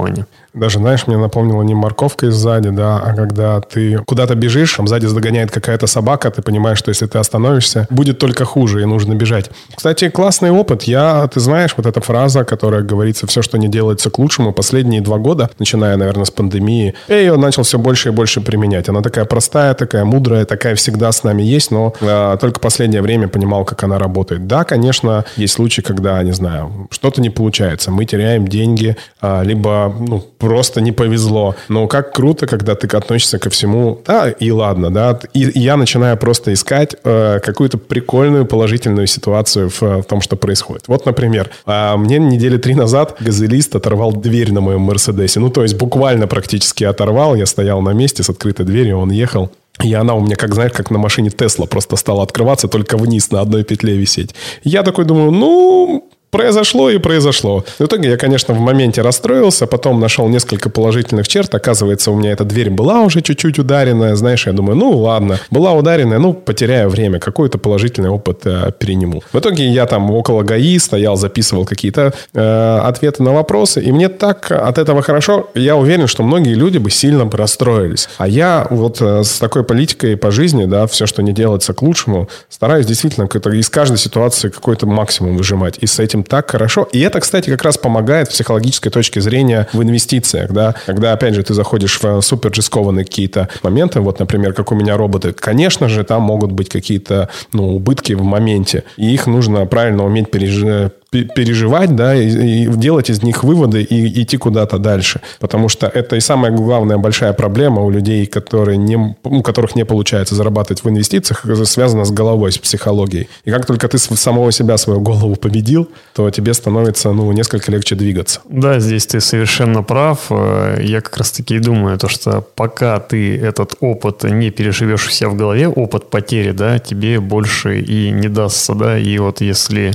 Даже, знаешь, мне напомнило не морковкой сзади, да, а когда ты куда-то бежишь, там сзади догоняет какая-то собака, ты понимаешь, что если ты остановишься, будет только хуже, и нужно бежать. Кстати, классный опыт. Я, ты знаешь, вот эта фраза, которая говорится, все, что не делается к лучшему, последние два года, начиная, наверное, с пандемии, я ее начал все больше и больше применять. Она такая простая, такая мудрая, такая всегда с нами есть, но э, только последнее время понимал, как она работает. Да, конечно, есть случаи, когда, не знаю, что-то не получается, мы теряем деньги, э, либо, ну, просто не повезло. Но как круто, когда ты относишься ко всему, да, и ладно, да, и, и я начинаю просто искать э, какую-то прикольную, положительную ситуацию в, в том, что происходит. Вот, например, э, мне недели три назад газелист оторвал дверь на моем Мерседесе. Ну, то есть буквально практически оторвал. Я стоял на месте с открытой дверью, он ехал. И она у меня, как, знаешь, как на машине Тесла просто стала открываться, только вниз на одной петле висеть. Я такой думаю, ну... Произошло и произошло. В итоге я, конечно, в моменте расстроился, потом нашел несколько положительных черт. Оказывается, у меня эта дверь была уже чуть-чуть ударенная. Знаешь, я думаю, ну ладно, была ударенная, ну потеряю время, какой-то положительный опыт э, перениму. В итоге я там около ГАИ стоял, записывал какие-то э, ответы на вопросы, и мне так от этого хорошо. Я уверен, что многие люди бы сильно бы расстроились. А я вот э, с такой политикой по жизни, да, все, что не делается к лучшему, стараюсь действительно из каждой ситуации какой-то максимум выжимать. И с этим так хорошо. И это, кстати, как раз помогает с психологической точки зрения в инвестициях, да, когда, опять же, ты заходишь в супер рискованные какие-то моменты, вот, например, как у меня роботы, конечно же, там могут быть какие-то, ну, убытки в моменте, и их нужно правильно уметь переживать, переживать, да, и, и делать из них выводы и идти куда-то дальше. Потому что это и самая главная большая проблема у людей, которые не, у которых не получается зарабатывать в инвестициях, связана с головой, с психологией. И как только ты самого себя, свою голову победил, то тебе становится, ну, несколько легче двигаться. Да, здесь ты совершенно прав. Я как раз-таки и думаю, то, что пока ты этот опыт не переживешь у себя в голове, опыт потери, да, тебе больше и не дастся, да, и вот если...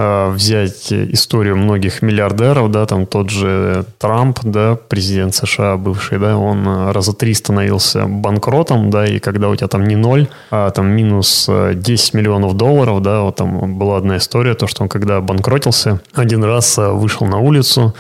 взять историю многих миллиардеров, да, там тот же Трамп, да, президент США бывший, да, он раза три становился банкротом, да, и когда у тебя там не ноль, а там минус десять миллионов долларов, да, вот там была одна история, то, что он когда банкротился, один раз вышел на улицу,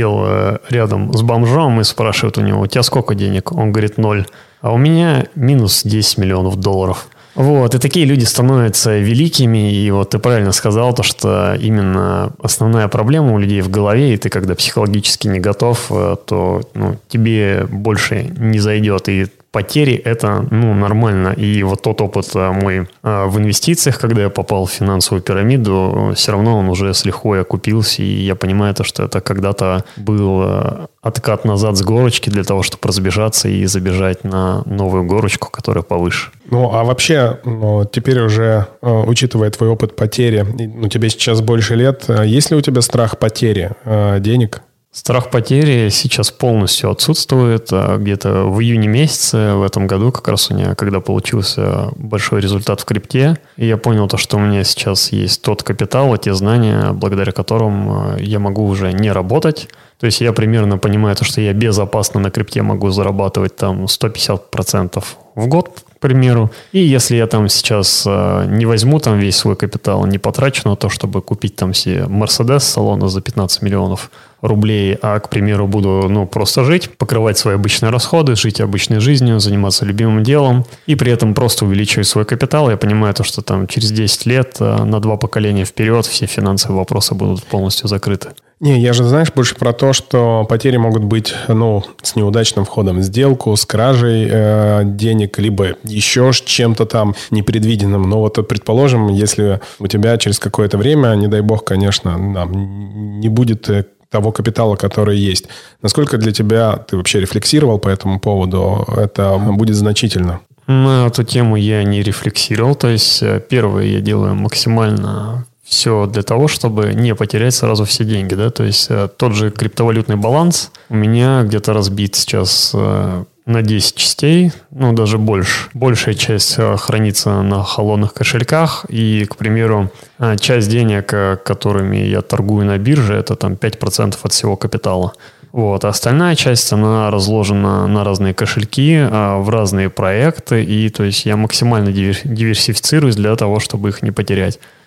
сел рядом с бомжом и спрашивает у него, у тебя сколько денег? Он говорит, ноль. А у меня минус десять миллионов долларов. Вот, и такие люди становятся великими, и вот ты правильно сказал, то, что именно основная проблема у людей в голове, и ты когда психологически не готов, то, ну, тебе больше не зайдет, и потери – это, ну, нормально. И вот тот опыт мой в инвестициях, когда я попал в финансовую пирамиду, все равно он уже с лихвой окупился, и я понимаю, то, что это когда-то был откат назад с горочки для того, чтобы разбежаться и забежать на новую горочку, которая повыше. Ну, а вообще, ну, теперь уже, учитывая твой опыт потери, ну, тебе сейчас больше лет, есть ли у тебя страх потери э, денег? Страх потери сейчас полностью отсутствует. Где-то в июне месяце в этом году, как раз у меня, когда получился большой результат в крипте, и я понял то, что у меня сейчас есть тот капитал, те знания, благодаря которым я могу уже не работать. То есть я примерно понимаю то, что я безопасно на крипте могу зарабатывать там сто пятьдесят процентов в год, к примеру. И если я там сейчас э, не возьму там весь свой капитал, не потрачу на то, чтобы купить там себе Мерседес с салона за пятнадцать миллионов рублей, а, к примеру, буду, ну, просто жить, покрывать свои обычные расходы, жить обычной жизнью, заниматься любимым делом и при этом просто увеличивать свой капитал, я понимаю то, что там через десять лет э, на два поколения вперед все финансовые вопросы будут полностью закрыты. Не, я же, знаешь, больше про то, что потери могут быть, ну, с неудачным входом в сделку, с кражей э, денег, либо еще с чем-то там непредвиденным. Но вот, предположим, если у тебя через какое-то время, не дай бог, конечно, там, не будет того капитала, который есть. Насколько для тебя, ты вообще рефлексировал по этому поводу, это будет значительно? На эту тему я не рефлексировал. То есть, первое, я делаю максимально... все для того, чтобы не потерять сразу все деньги, да, то есть э, тот же криптовалютный баланс у меня где-то разбит сейчас э, на десять частей, ну, даже больше. Большая часть э, хранится на холодных кошельках, и, к примеру, э, часть денег, э, которыми я торгую на бирже, это там пять процентов от всего капитала. Вот. А остальная часть, она разложена на разные кошельки, в разные проекты, и то есть я максимально диверсифицируюсь для того, чтобы их не потерять.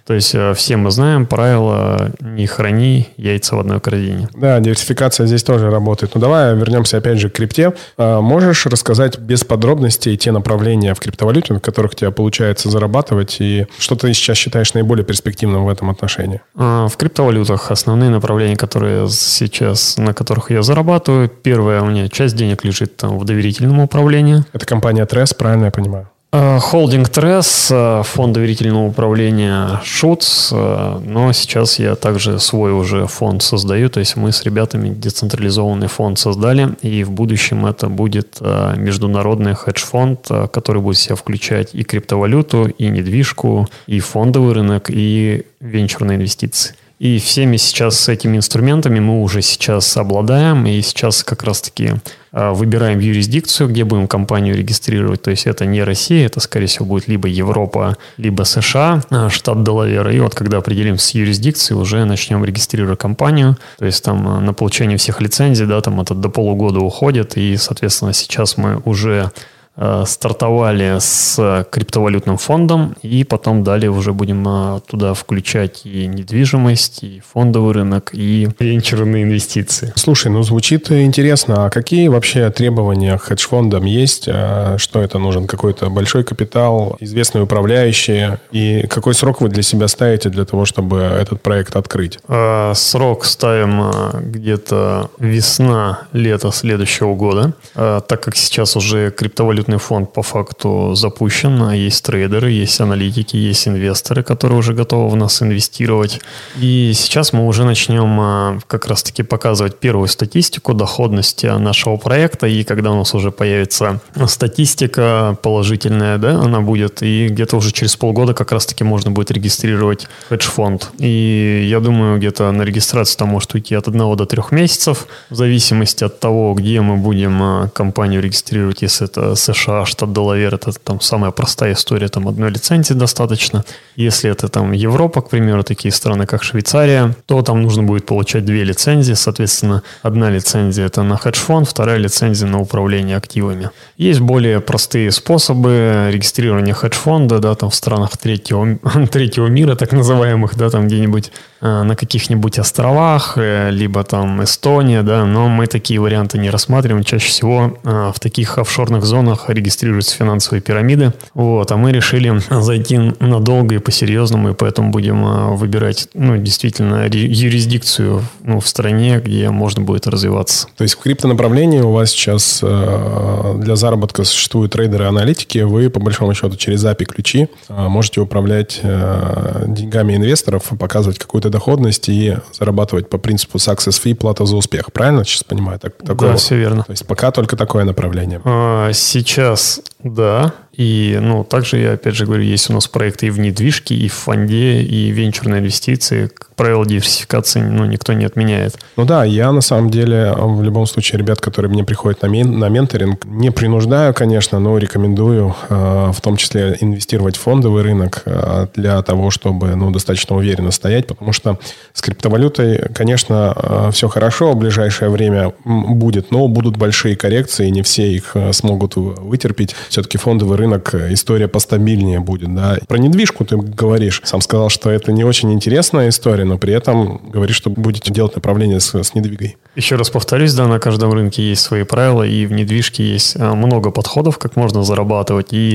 То есть все мы знаем правило «не храни яйца в одной корзине». Да, диверсификация здесь тоже работает. Ну, давай вернемся опять же к крипте. Можешь рассказать без подробностей те направления в криптовалюте, на которых тебе получается зарабатывать, и что ты сейчас считаешь наиболее перспективным в этом отношении? В криптовалютах основные направления, которые сейчас, на которых я зарабатываю. Первое, у меня часть денег лежит там в доверительном управлении. Это компания Трес, правильно я понимаю? Холдинг Трес, фонд доверительного управления Шутс, но сейчас я также свой уже фонд создаю, то есть мы с ребятами децентрализованный фонд создали, и в будущем это будет международный хедж-фонд, который будет в себя включать и криптовалюту, и недвижку, и фондовый рынок, и венчурные инвестиции. И всеми сейчас с этими инструментами мы уже сейчас обладаем, и сейчас как раз-таки выбираем юрисдикцию, где будем компанию регистрировать. То есть это не Россия, это, скорее всего, будет либо Европа, либо США, штат Делавер. И вот когда определимся с юрисдикцией, уже начнем регистрировать компанию. То есть там на получение всех лицензий, да, там это до полугода уходит. И, соответственно, сейчас мы уже стартовали с криптовалютным фондом, и потом далее уже будем туда включать и недвижимость, и фондовый рынок, и венчурные инвестиции. Слушай, ну звучит интересно. А какие вообще требования к хедж-фондам есть? Что это нужен? Какой-то большой капитал, известные управляющие? И какой срок вы для себя ставите для того, чтобы этот проект открыть? Срок ставим где-то весна-лето следующего года, так как сейчас уже криптовалютный фонд по факту запущен, есть трейдеры, есть аналитики, есть инвесторы, которые уже готовы в нас инвестировать. И сейчас мы уже начнем как раз-таки показывать первую статистику доходности нашего проекта, и когда у нас уже появится статистика положительная, да, она будет, и где-то уже через полгода как раз-таки можно будет регистрировать хедж-фонд. И я думаю, где-то на регистрацию там может уйти от одного до трех месяцев, в зависимости от того, где мы будем компанию регистрировать, если это США, штат Делавер, это там самая простая история, там одной лицензии достаточно. Если это там Европа, к примеру, такие страны, как Швейцария, то там нужно будет получать две лицензии, соответственно, одна лицензия это на хедж-фонд, вторая лицензия на управление активами. Есть более простые способы регистрирования хедж-фонда, да, там в странах третьего, третьего мира, так называемых, да, там где-нибудь э, на каких-нибудь островах, э, либо там Эстония, да, но мы такие варианты не рассматриваем. Чаще всего э, в таких офшорных зонах регистрируются финансовые пирамиды. Вот, а мы решили зайти надолго и по-серьезному, и поэтому будем выбирать, ну, действительно, юрисдикцию, ну, в стране, где можно будет развиваться. То есть в криптонаправлении у вас сейчас э, для заработка существуют трейдеры-аналитики, вы, по большому счету, через эй пи ай-ключи э, можете управлять э, деньгами инвесторов, показывать какую-то доходность и зарабатывать по принципу success fee, плата за успех. Правильно сейчас понимаю? Так, такое да, вот. Все верно. То есть пока только такое направление. А, сейчас, да. И, ну, также, я опять же говорю, есть у нас проекты и в недвижке, и в фонде, и венчурные инвестиции. Как правило, диверсификации, ну, никто не отменяет. Ну да, я на самом деле, в любом случае, ребят, которые мне приходят на, мен, на менторинг, не принуждаю, конечно, но рекомендую э, в том числе инвестировать в фондовый рынок э, для того, чтобы, ну, достаточно уверенно стоять, потому что с криптовалютой, конечно, э, все хорошо, в ближайшее время будет, но будут большие коррекции, не все их э, смогут вытерпеть. Все-таки фондовый рынок рынок, история постабильнее будет, да. Про недвижку ты говоришь. Сам сказал, что это не очень интересная история, но при этом говоришь, что будете делать направление с, с недвигой. Еще раз повторюсь, да, на каждом рынке есть свои правила, и в недвижке есть много подходов, как можно зарабатывать, и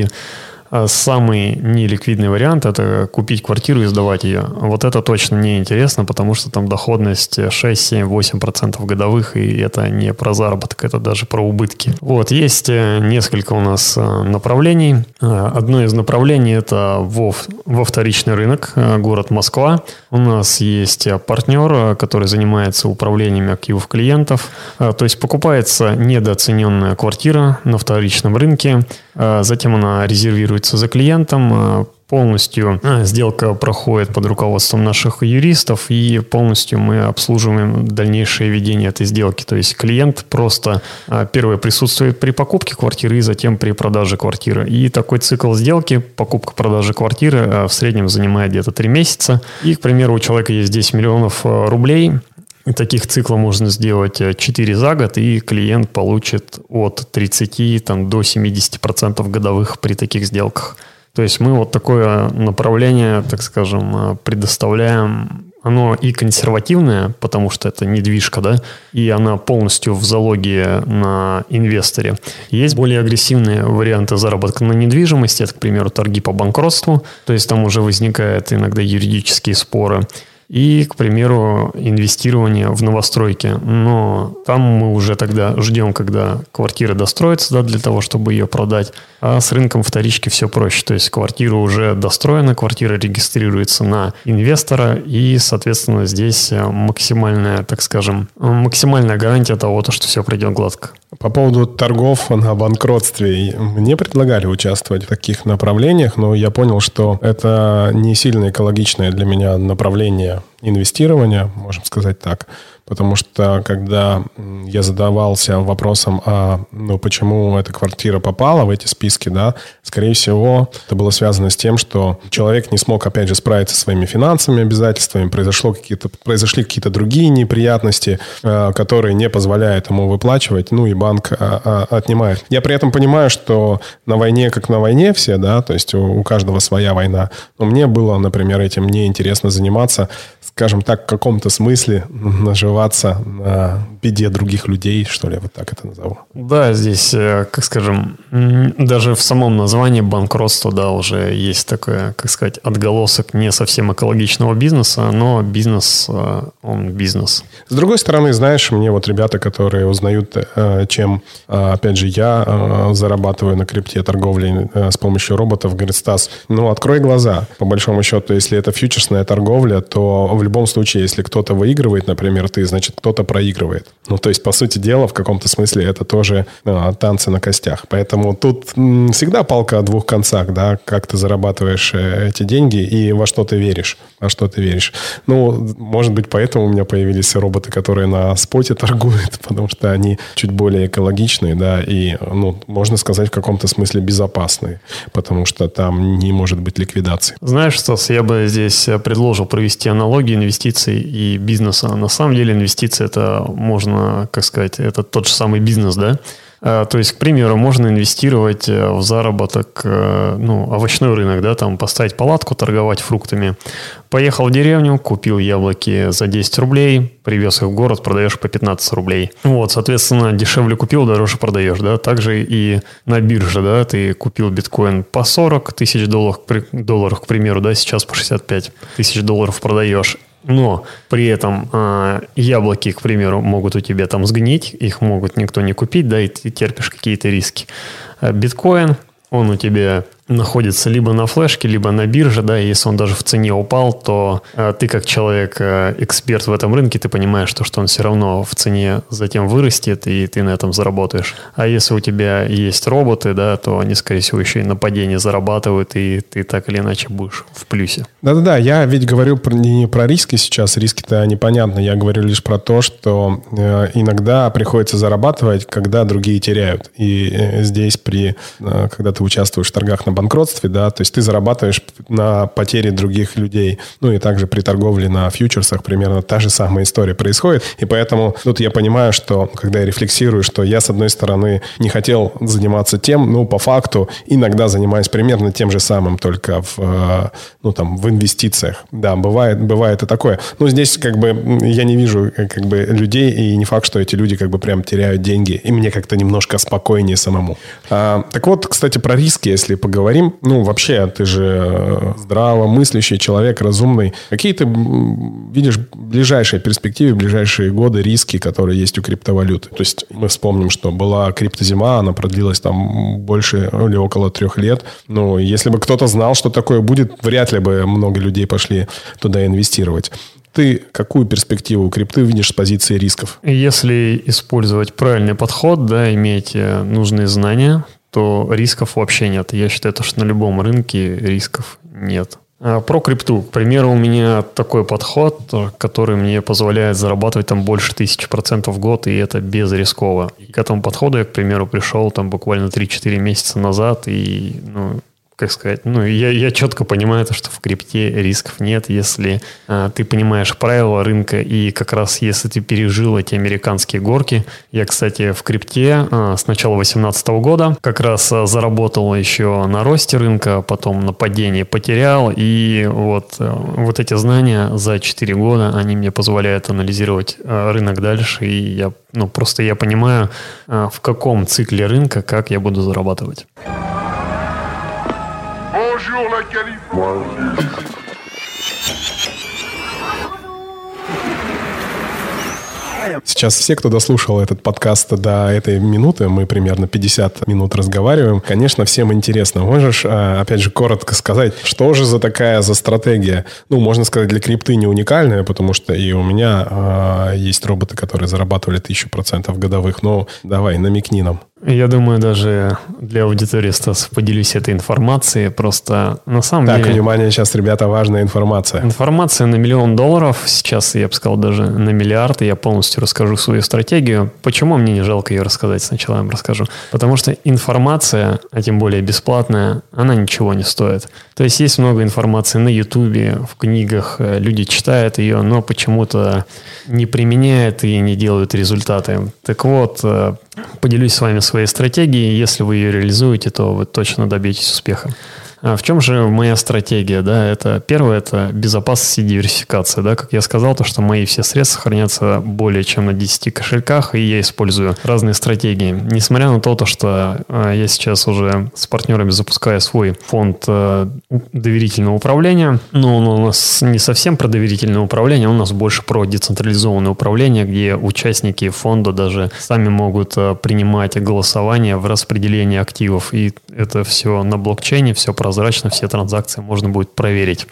самый неликвидный вариант – это купить квартиру и сдавать ее. Вот это точно не интересно, потому что там доходность шесть, семь, восемь процентов годовых, и это не про заработок, это даже про убытки. Вот, есть несколько у нас направлений. Одно из направлений – это во, во вторичный рынок, город Москва. У нас есть партнер, который занимается управлением активов клиентов. То есть покупается недооцененная квартира на вторичном рынке, затем она резервируется за клиентом, полностью сделка проходит под руководством наших юристов, и полностью мы обслуживаем дальнейшее ведение этой сделки. То есть клиент просто первое присутствует при покупке квартиры и затем при продаже квартиры. И такой цикл сделки, покупка-продажа квартиры, в среднем занимает где-то три месяца. И, к примеру, у человека есть десять миллионов рублей. И таких циклов можно сделать четыре за год, и клиент получит от тридцати там, до семидесяти процентов годовых при таких сделках. То есть мы вот такое направление, так скажем, предоставляем. Оно и консервативное, потому что это недвижка, да, и она полностью в залоге на инвесторе. Есть более агрессивные варианты заработка на недвижимости, это, к примеру, торги по банкротству, то есть там уже возникают иногда юридические споры. И, к примеру, инвестирование в новостройки. Но там мы уже тогда ждем, когда квартира достроится, да, для того, чтобы ее продать. А с рынком вторички все проще. То есть квартира уже достроена, квартира регистрируется на инвестора, и, соответственно, здесь максимальная, так скажем, максимальная гарантия того, что все пройдет гладко. По поводу торгов на банкротстве. Мне предлагали участвовать в таких направлениях, но я понял, что это не сильно экологичное для меня направление инвестирования, можем сказать так. Потому что, когда я задавался вопросом, а, ну, почему эта квартира попала в эти списки, да, скорее всего, это было связано с тем, что человек не смог, опять же, справиться со своими финансовыми обязательствами, произошло какие-то, произошли какие-то другие неприятности, э, которые не позволяют ему выплачивать, ну, и банк а, а, отнимает. Я при этом понимаю, что на войне, как на войне все, да, то есть у, у каждого своя война. Но мне было, например, этим неинтересно заниматься, скажем так, в каком-то смысле наживаться на беде других людей, что ли, я вот так это назову. Да, здесь, как скажем, даже в самом названии банкротство, да, уже есть такой, как сказать, отголосок не совсем экологичного бизнеса, но бизнес, он бизнес. С другой стороны, знаешь, мне вот ребята, которые узнают, чем, опять же, я зарабатываю на крипте торговле с помощью роботов, говорят: Стас, ну, открой глаза. По большому счету, если это фьючерсная торговля, то в любом случае, если кто-то выигрывает, например, ты, значит, кто-то проигрывает. Ну, то есть, по сути дела, в каком-то смысле это тоже а, танцы на костях. Поэтому тут м, всегда палка о двух концах, да, как ты зарабатываешь э, эти деньги и во что ты веришь. Во что ты веришь. Ну, может быть, поэтому у меня появились роботы, которые на споте торгуют, потому что они чуть более экологичные, да, и, ну, можно сказать, в каком-то смысле безопасные, потому что там не может быть ликвидации. Знаешь, Стас, я бы здесь предложил провести аналогию инвестиций и бизнеса. На самом деле инвестиции — это можно, как сказать, это тот же самый бизнес, да? То есть, к примеру, можно инвестировать в заработок, ну, овощной рынок, да, там поставить палатку, торговать фруктами. Поехал в деревню, купил яблоки за десять рублей, привез их в город, продаешь по пятнадцать рублей. Вот, соответственно, дешевле купил, дороже продаешь, да. Также и на бирже, да, ты купил биткоин по сорок тысяч долларов, долларов, к примеру, да, сейчас по шестьдесят пять тысяч долларов продаешь. Но при этом э, яблоки, к примеру, могут у тебя там сгнить, их могут никто не купить, да, и ты терпишь какие-то риски. А биткоин, он у тебя находится либо на флешке, либо на бирже, да, и если он даже в цене упал, то э, ты как человек, э, эксперт в этом рынке, ты понимаешь, что, что он все равно в цене затем вырастет, и ты на этом заработаешь. А если у тебя есть роботы, да, то они, скорее всего, еще и на падении зарабатывают, и ты так или иначе будешь в плюсе. Да-да-да, я ведь говорю про, не про риски сейчас, риски-то непонятно, я говорю лишь про то, что э, иногда приходится зарабатывать, когда другие теряют. И э, здесь, при, э, когда ты участвуешь в торгах на банкротстве, да, то есть ты зарабатываешь на потере других людей. Ну и также при торговле на фьючерсах примерно та же самая история происходит. И поэтому тут я понимаю, что когда я рефлексирую, что я, с одной стороны, не хотел заниматься тем, ну, по факту, иногда занимаюсь примерно тем же самым, только в, ну, там, в инвестициях. Да, бывает, бывает и такое. Но здесь как бы я не вижу как бы людей, и не факт, что эти люди как бы прям теряют деньги. И мне как-то немножко спокойнее самому. А, так вот, кстати, про риски, если поговорим. Ну, вообще, ты же здравомыслящий человек, разумный. Какие ты видишь в ближайшей перспективе, в ближайшие годы риски, которые есть у криптовалюты? То есть мы вспомним, что была криптозима, она продлилась там больше или около трех лет. Ну, если бы кто-то знал, что такое будет, вряд ли бы много людей пошли туда инвестировать. Ты какую перспективу у крипты видишь с позиции рисков? Если использовать правильный подход, да, иметь нужные знания, то рисков вообще нет. Я считаю, что на любом рынке рисков нет. А про крипту. К примеру, у меня такой подход, который мне позволяет зарабатывать там больше тысячи процентов в год, и это безрисково. И к этому подходу я, к примеру, пришел там буквально три-четыре месяца назад, и, ну, как сказать, ну, я, я четко понимаю, то, что в крипте рисков нет, если а, ты понимаешь правила рынка, и как раз если ты пережил эти американские горки. Я, кстати, в крипте а, с начала две тысячи восемнадцатого года как раз а, заработал еще на росте рынка, потом на падении потерял, и вот, а, вот эти знания за четыре года, они мне позволяют анализировать а, рынок дальше, и я, ну, просто я понимаю, а, в каком цикле рынка, как я буду зарабатывать. Сейчас все, кто дослушал этот подкаст до этой минуты, мы примерно пятьдесят минут разговариваем, конечно, всем интересно. Можешь, опять же, коротко сказать, что же за такая за стратегия? Ну, можно сказать, для крипты не уникальная, потому что и у меня а, есть роботы, которые зарабатывали тысячу процентов годовых. Но давай, намекни нам. Я думаю, даже для аудитории, Стас, поделюсь этой информацией. Просто на самом так, деле... Так, внимание, сейчас, ребята, важная информация. Информация на миллион долларов. Сейчас, я бы сказал, даже на миллиард. И я полностью расскажу свою стратегию. Почему мне не жалко ее рассказать? Сначала я вам расскажу. Потому что информация, а тем более бесплатная, она ничего не стоит. То есть есть много информации на Ютубе, в книгах. Люди читают ее, но почему-то не применяют и не делают результаты. Так вот, поделюсь с вами своей стратегией. Если вы ее реализуете, то вы точно добьетесь успеха. А в чем же моя стратегия? Да, это первое, это безопасность и диверсификация. Да, как я сказал, то, что мои все средства хранятся более чем на десяти кошельках, и я использую разные стратегии. Несмотря на то, то что а, я сейчас уже с партнерами запускаю свой фонд а, доверительного управления, но он у нас не совсем про доверительное управление, он у нас больше про децентрализованное управление, где участники фонда даже сами могут а, принимать голосование в распределении активов, и это все на блокчейне, все про прозрачно, все транзакции можно будет проверить.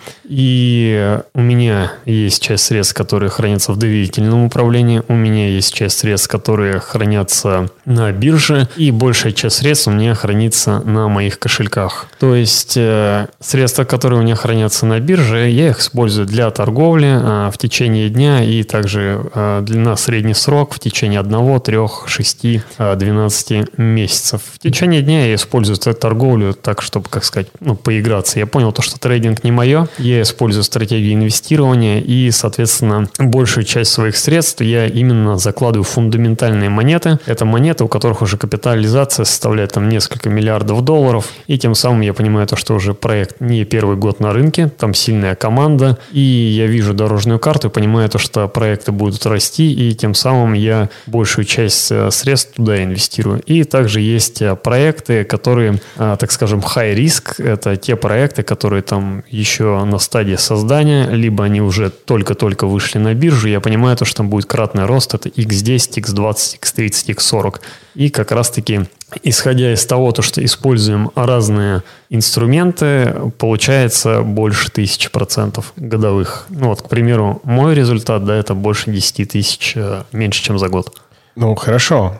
И у меня есть часть средств, которые хранятся в доверительном управлении, у меня есть часть средств, которые хранятся на бирже, и большая часть средств у меня хранится на моих кошельках. То есть э, средства, которые у меня хранятся на бирже, я их использую для торговли э, в течение дня, и также э, на средний срок в течение одного, трех, шести, двенадцати месяцев. В течение дня я использую торговлю так, чтобы, как сказать, ну, поиграться. Я понял то, что трейдинг не мое. Я использую стратегию инвестирования и, соответственно, большую часть своих средств я именно закладываю в фундаментальные монеты. Это монеты, у которых уже капитализация составляет там несколько миллиардов долларов. И тем самым я понимаю то, что уже проект не первый год на рынке, там сильная команда. И я вижу дорожную карту и понимаю то, что проекты будут расти. И тем самым я большую часть средств туда инвестирую. И также есть проекты, которые, так скажем, high risk. Это те проекты, которые там еще на стадии создания, либо они уже только-только вышли на биржу. Я понимаю, то, что там будет кратный рост. Это икс десять, икс двадцать, икс тридцать, икс сорок. И как раз-таки, исходя из того, то, что используем разные инструменты, получается больше тысячи процентов годовых. Ну вот, к примеру, мой результат, да, это больше десяти тысяч, меньше, чем за год. Ну, хорошо.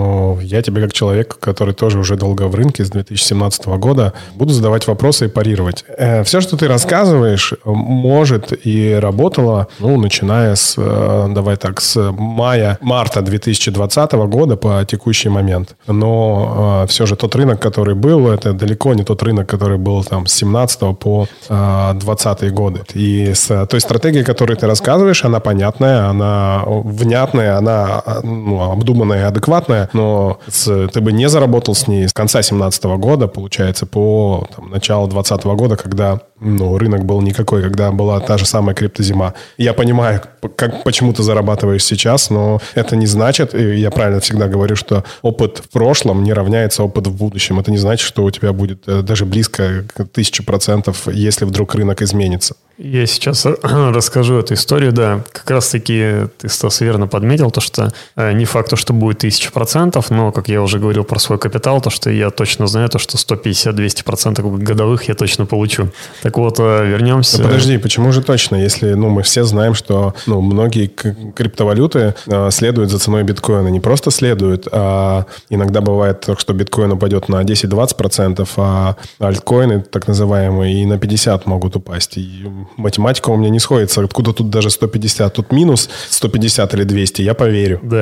Я тебе, как человек, который тоже уже долго в рынке с две тысячи семнадцатого года, буду задавать вопросы и парировать. Все, что ты рассказываешь, может и работало, ну, начиная с, давай так, с мая, марта две тысячи двадцатого года по текущий момент. Но все же тот рынок, который был, это далеко не тот рынок, который был там с семнадцатого по двадцатые годы. И с той стратегией, которую ты рассказываешь, она понятная, она внятная, она, ну, обдуманная и адекватная, но с, ты бы не заработал с ней с конца семнадцатого года, получается, по там, началу двадцатого года, когда, ну, рынок был никакой, когда была та же самая криптозима. Я понимаю, как, почему ты зарабатываешь сейчас, но это не значит, и я правильно всегда говорю, что опыт в прошлом не равняется опыту в будущем. Это не значит, что у тебя будет даже близко к тысяче процентов, если вдруг рынок изменится. Я сейчас расскажу эту историю, да. Как раз-таки ты, Стас, верно подметил, то, что э, не факт, что будет тысяча процентов, но, как я уже говорил про свой капитал, то, что я точно знаю, то, что сто пятьдесят - двести процентов годовых я точно получу. Так вот, э, вернемся... Да подожди, почему же точно? Если, ну, мы все знаем, что, ну, многие криптовалюты э, следуют за ценой биткоина. Не просто следуют, а иногда бывает, что биткоин упадет на десять-двадцать процентов, а альткоины, так называемые, и на пятьдесят процентов могут упасть. И математика у меня не сходится. Откуда тут даже сто пятьдесят? Тут минус сто пятьдесят или двести, я поверю. Да, но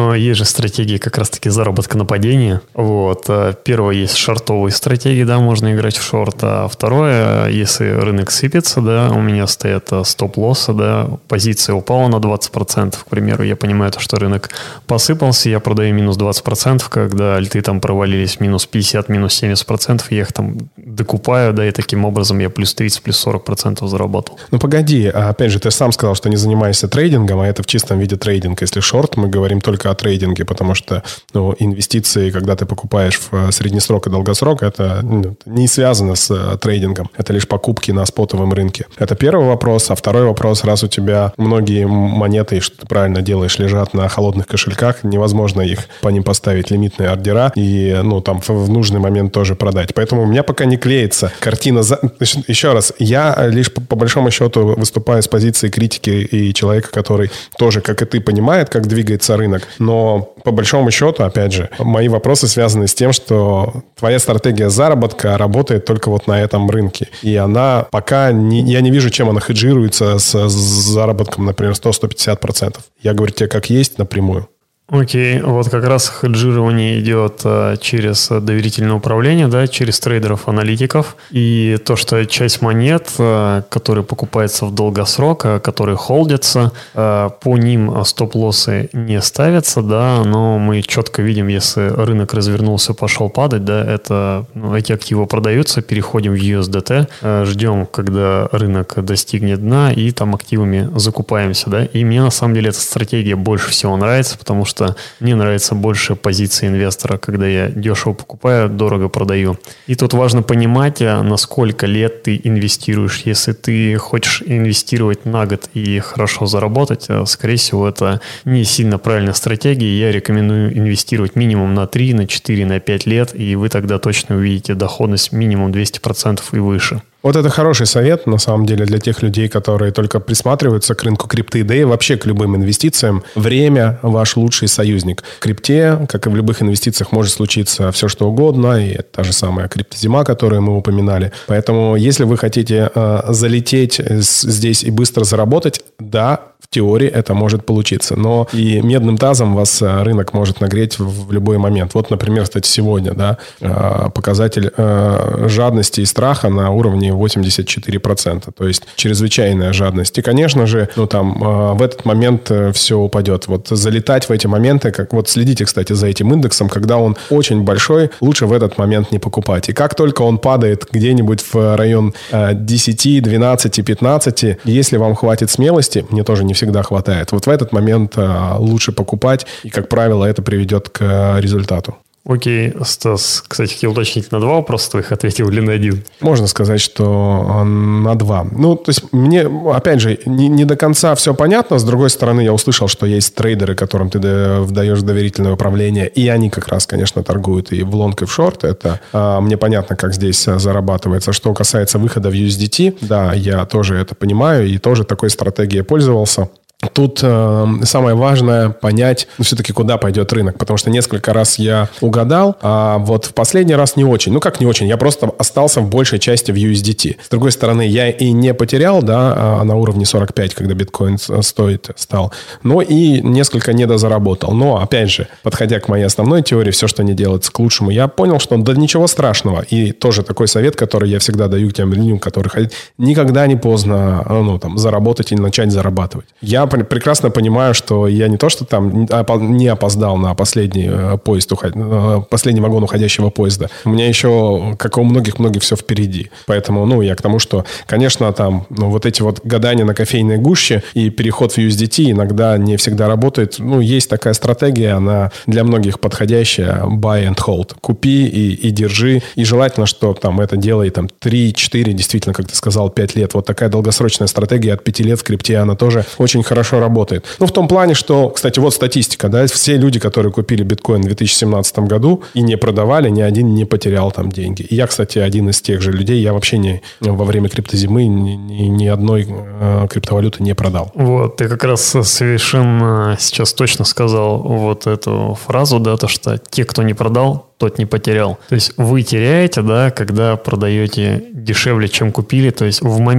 Но есть же стратегии как раз-таки заработка на падении. Вот. Первое, есть шортовые стратегии, да, можно играть в шорт. А второе, если рынок сыпется, да, у меня стоят стоп-лоссы, да, позиция упала на двадцать процентов, к примеру, я понимаю, что рынок посыпался, я продаю минус двадцать процентов, когда альты там провалились минус пятьдесят, минус семьдесят процентов, я их там докупаю, да, и таким образом я плюс тридцать, плюс сорок процентов заработал. Ну, погоди, опять же, ты сам сказал, что не занимаешься трейдингом, а это в чистом виде трейдинг. Если шорт, мы говорим только о трейдинге, потому что, ну, инвестиции, когда ты покупаешь в среднесрок и долгосрок, это, ну, не связано с uh, трейдингом. Это лишь покупки на спотовом рынке. Это первый вопрос. А второй вопрос, раз у тебя многие монеты, что ты правильно делаешь, лежат на холодных кошельках, невозможно их по ним поставить лимитные ордера и, ну, там в нужный момент тоже продать. Поэтому у меня пока не клеится картина. За... Еще раз, я лишь по, по большому счету выступаю с позиции критики и человека, который тоже, как и ты, понимает, как двигается рынок. Но по большому счету, опять же, мои вопросы связаны с тем, что твоя стратегия заработка работает только вот на этом рынке. И она пока... Не, я не вижу, чем она хеджируется с, с заработком, например, сто - сто пятьдесят процентов. Я говорю тебе, как есть, напрямую. Окей, вот как раз хеджирование идет а, через доверительное управление, да, через трейдеров-аналитиков. И то, что часть монет, а, которые покупаются в долгосрок, а, которые холдятся, а, по ним стоп-лоссы не ставятся, да, но мы четко видим, если рынок развернулся, пошел падать, да, это, ну, эти активы продаются, переходим в ю эс ди ти, а, ждем, когда рынок достигнет дна, и там активами закупаемся, да. И мне на самом деле эта стратегия больше всего нравится, потому что мне нравится больше позиция инвестора, когда я дешево покупаю, дорого продаю. И тут важно понимать, на сколько лет ты инвестируешь. Если ты хочешь инвестировать на год и хорошо заработать, скорее всего, это не сильно правильная стратегия. Я рекомендую инвестировать минимум на три, на четыре, на пять лет, и вы тогда точно увидите доходность минимум двести процентов и выше. Вот это хороший совет, на самом деле, для тех людей, которые только присматриваются к рынку крипты, да и вообще к любым инвестициям. Время – ваш лучший союзник. В крипте, как и в любых инвестициях, может случиться все, что угодно, и это та же самая криптозима, которую мы упоминали. Поэтому, если вы хотите э, залететь здесь и быстро заработать, да, в теории это может получиться. Но и медным тазом вас рынок может нагреть в любой момент. Вот, например, кстати, сегодня, да, показатель э, жадности и страха на уровне восемьдесят четыре процента. То есть чрезвычайная жадность. И, конечно же, ну, там, э, в этот момент все упадет. Вот залетать в эти моменты, как вот следите, кстати, за этим индексом, когда он очень большой, лучше в этот момент не покупать. И как только он падает где-нибудь в район э, десять, двенадцать, пятнадцать, если вам хватит смелости, мне тоже не всегда хватает, вот в этот момент э, лучше покупать. И, как правило, это приведет к э, результату. Окей, Стас, кстати, хотел уточнить, на два вопроса твоих ответил или на один? Можно сказать, что на два. Ну, то есть мне, опять же, не, не до конца все понятно. С другой стороны, я услышал, что есть трейдеры, которым ты даешь доверительное управление, и они как раз, конечно, торгуют и в лонг, и в шорт. Это а, мне понятно, как здесь зарабатывается. Что касается выхода в ю эс ди ти, да, я тоже это понимаю и тоже такой стратегией пользовался. Тут э, самое важное понять, ну, все-таки, куда пойдет рынок. Потому что несколько раз я угадал, а вот в последний раз не очень. Ну, как не очень? Я просто остался в большей части в ю эс ди ти. С другой стороны, я и не потерял, да, на уровне сорок пять, когда биткоин стоит стал. Но и несколько недозаработал. Но, опять же, подходя к моей основной теории, все, что не делается к лучшему, я понял, что да ничего страшного. И тоже такой совет, который я всегда даю тем людям, которые хотят, никогда не поздно, ну, там, заработать или начать зарабатывать. Я прекрасно понимаю, что я не то, что там не опоздал на последний поезд, последний вагон уходящего поезда. У меня еще, как у многих-многих, все впереди. Поэтому, ну, я к тому, что, конечно, там, ну, вот эти вот гадания на кофейной гуще и переход в ю эс ди ти иногда не всегда работает. Ну, есть такая стратегия, она для многих подходящая. Buy and hold. Купи и, и держи. И желательно, что там это делай там три-четыре, действительно, как ты сказал, пять лет. Вот такая долгосрочная стратегия от пяти лет в крипте, она тоже очень хорошо хорошо работает. Ну, в том плане, что, кстати, вот статистика, да, все люди, которые купили биткоин в две тысячи семнадцатом году и не продавали, ни один не потерял там деньги. И я, кстати, один из тех же людей, я вообще не во время криптозимы ни, ни, ни одной э, криптовалюты не продал. Вот, ты как раз совершенно сейчас точно сказал вот эту фразу, да, то, что те, кто не продал, тот не потерял. То есть вы теряете, да, когда продаете дешевле, чем купили. То есть в момент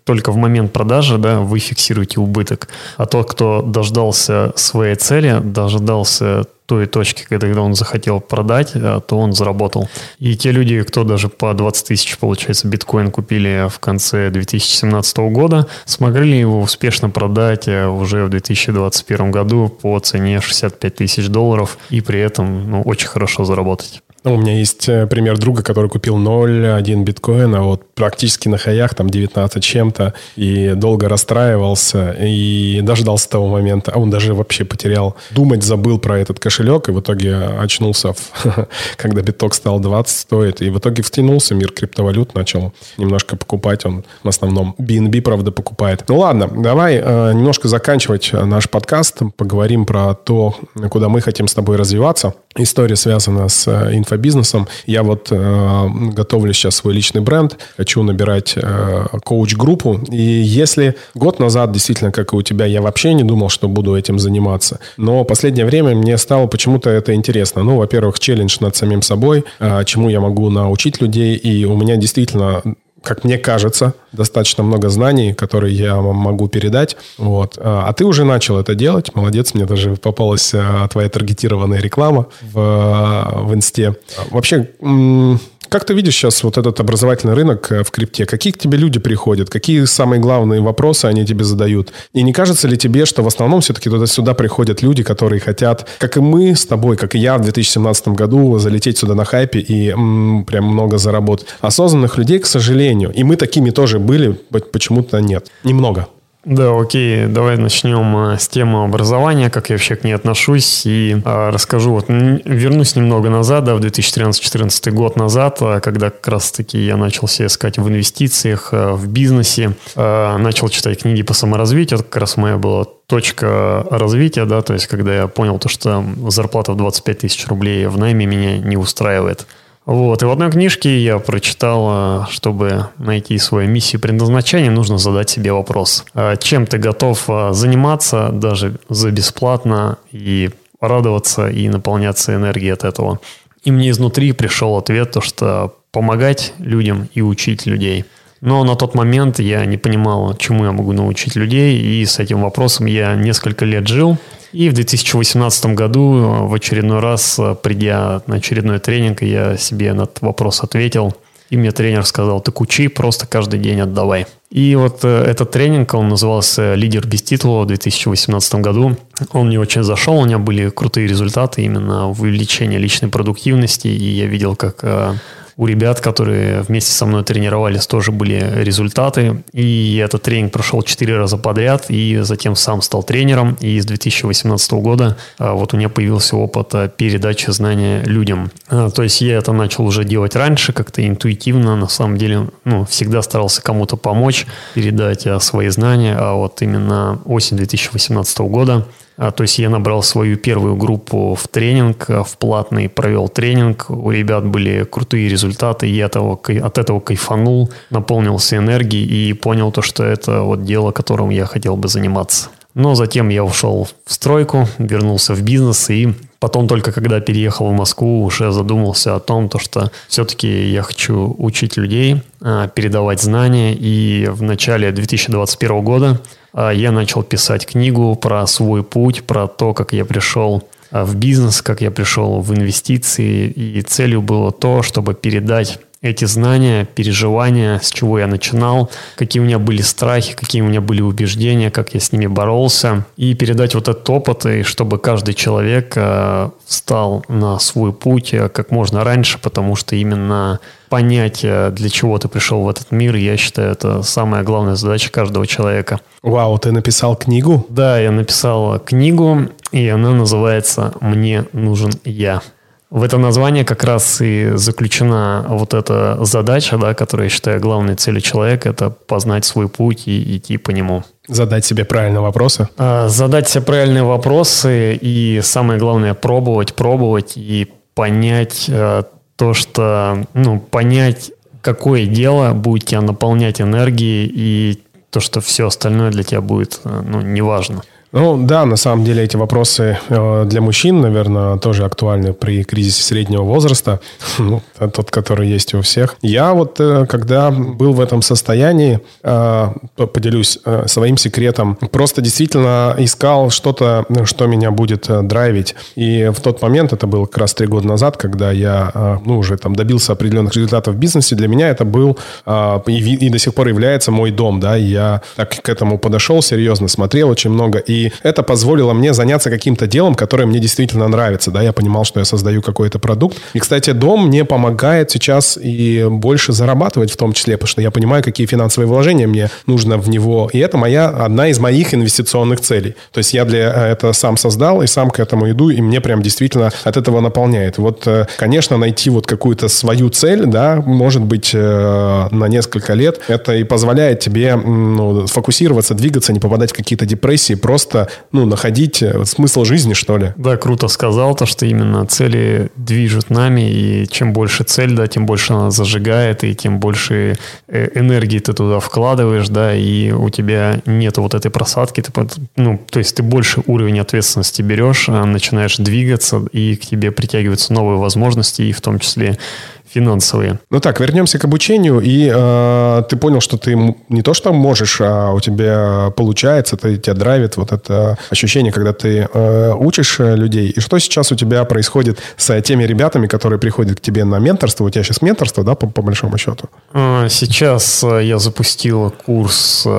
только в момент продажи, да, вы фиксируете убыток. А тот, кто дождался своей цели, дождался той точки, когда он захотел продать, то он заработал. И те люди, кто даже по двадцать тысяч, получается, биткоин купили в конце две тысячи семнадцатого года, смогли его успешно продать уже в две тысячи двадцать первом году по цене шестьдесят пять тысяч долларов и при этом, ну, очень хорошо заработать. У меня есть пример друга, который купил ноль целых один биткоина, вот практически на хаях, там девятнадцать чем-то, и долго расстраивался, и дождался того момента. А он даже вообще потерял, думать забыл про этот кошелек, и в итоге очнулся, в, когда биток стал двадцать стоит, и в итоге втянулся, мир криптовалют начал немножко покупать, он в основном би эн би, правда, покупает. Ну ладно, давай э, немножко заканчивать наш подкаст, поговорим про то, куда мы хотим с тобой развиваться. История связана с инфобизнесом. Я вот э, готовлю сейчас свой личный бренд, хочу набирать э, коуч-группу. И если год назад, действительно, как и у тебя, я вообще не думал, что буду этим заниматься. Но в последнее время мне стало почему-то это интересно. Ну, во-первых, челлендж над самим собой, э, чему я могу научить людей. И у меня действительно, как мне кажется, достаточно много знаний, которые я вам могу передать. Вот. А ты уже начал это делать. Молодец, мне даже попалась твоя таргетированная реклама в, в инсте. Вообще, как ты видишь сейчас вот этот образовательный рынок в крипте? Какие к тебе люди приходят? Какие самые главные вопросы они тебе задают? И не кажется ли тебе, что в основном все-таки туда-сюда приходят люди, которые хотят, как и мы с тобой, как и я в две тысячи семнадцатом году, залететь сюда на хайпе и м, прям много заработать? Осознанных людей, к сожалению, и мы такими тоже были, почему-то нет. Немного. Да, окей, давай начнем с темы образования, как я вообще к ней отношусь, и а, расскажу. Вот, вернусь немного назад, да, в две тысячи тринадцатый-четырнадцатый год назад, когда как раз-таки я начал себя искать в инвестициях, в бизнесе, а, начал читать книги по саморазвитию, это как раз моя была точка развития, да, то есть когда я понял то, что зарплата в двадцать пять тысяч рублей в найме меня не устраивает. Вот. И в одной книжке я прочитал, чтобы найти свою миссию предназначения, нужно задать себе вопрос. Чем ты готов заниматься даже за бесплатно и радоваться и наполняться энергией от этого? И мне изнутри пришел ответ, то, что помогать людям и учить людей. Но на тот момент я не понимал, чему я могу научить людей, и с этим вопросом я несколько лет жил. И в две тысячи восемнадцатом году в очередной раз, придя на очередной тренинг, я себе на этот вопрос ответил. И мне тренер сказал: так учи, просто каждый день отдавай. И вот этот тренинг, он назывался «Лидер без титула» в две тысячи восемнадцатом году. Он мне очень зашел, у меня были крутые результаты именно в увеличении личной продуктивности. И я видел, как у ребят, которые вместе со мной тренировались, тоже были результаты. И этот тренинг прошел четыре раза подряд, и затем сам стал тренером. И с две тысячи восемнадцатого года вот у меня появился опыт передачи знания людям. То есть я это начал уже делать раньше, как-то интуитивно. На самом деле, ну, всегда старался кому-то помочь, передать свои знания. А вот именно осень две тысячи восемнадцатого года, то есть я набрал свою первую группу в тренинг, в платный, провел тренинг. У ребят были крутые результаты, я этого, от этого кайфанул, наполнился энергией и понял то, что это вот дело, которым я хотел бы заниматься. Но затем я ушел в стройку, вернулся в бизнес, и потом только когда переехал в Москву, уже задумался о том, то, что все-таки я хочу учить людей, передавать знания. И в начале две тысячи двадцать первого года я начал писать книгу про свой путь, про то, как я пришел в бизнес, как я пришел в инвестиции. И целью было то, чтобы передать эти знания, переживания, с чего я начинал, какие у меня были страхи, какие у меня были убеждения, как я с ними боролся. И передать вот этот опыт, и чтобы каждый человек э, встал на свой путь как можно раньше, потому что именно понять, для чего ты пришел в этот мир, я считаю, это самая главная задача каждого человека. Вау, ты написал книгу? Да, я написал книгу, и она называется «Мне нужен я». В это название как раз и заключена вот эта задача, да, которая, я считаю, главной целью человека – это познать свой путь и идти по нему. Задать себе правильные вопросы? А, задать себе правильные вопросы и, самое главное, пробовать, пробовать и понять а, то, что, ну, понять, какое дело будет тебя наполнять энергией, и то, что все остальное для тебя будет, ну, неважно. Ну да, на самом деле эти вопросы для мужчин, наверное, тоже актуальны при кризисе среднего возраста, ну, тот, который есть у всех. Я вот, когда был в этом состоянии, поделюсь своим секретом, просто действительно искал что-то, что меня будет драйвить. И в тот момент, это было как раз три года назад, когда я ну, уже там добился определенных результатов в бизнесе, для меня это был и, и до сих пор является мой дом, да, и я так к этому подошел серьезно, смотрел очень много, и это позволило мне заняться каким-то делом, которое мне действительно нравится, да, я понимал, что я создаю какой-то продукт, и, кстати, дом мне помогает сейчас и больше зарабатывать в том числе, потому что я понимаю, какие финансовые вложения мне нужно в него, и это моя, одна из моих инвестиционных целей, то есть я для этого сам создал, и сам к этому иду, и мне прям действительно от этого наполняет. Вот, конечно, найти вот какую-то свою цель, да, может быть, на несколько лет, это и позволяет тебе ну, фокусироваться, двигаться, не попадать в какие-то депрессии, просто ну, находить смысл жизни, что ли. Да, круто сказал, то, что именно цели движут нами, и чем больше цель, да, тем больше она зажигает, и тем больше энергии ты туда вкладываешь, да, и у тебя нет вот этой просадки, ты, ну, то есть ты больше уровень ответственности берешь, начинаешь двигаться, и к тебе притягиваются новые возможности, и в том числе финансовые. Ну так, вернемся к обучению, и э, ты понял, что ты не то что можешь, а у тебя получается, ты, тебя драйвит вот это ощущение, когда ты э, учишь людей. И что сейчас у тебя происходит с теми ребятами, которые приходят к тебе на менторство? У тебя сейчас менторство, да, по, по большому счету? Сейчас я запустил курс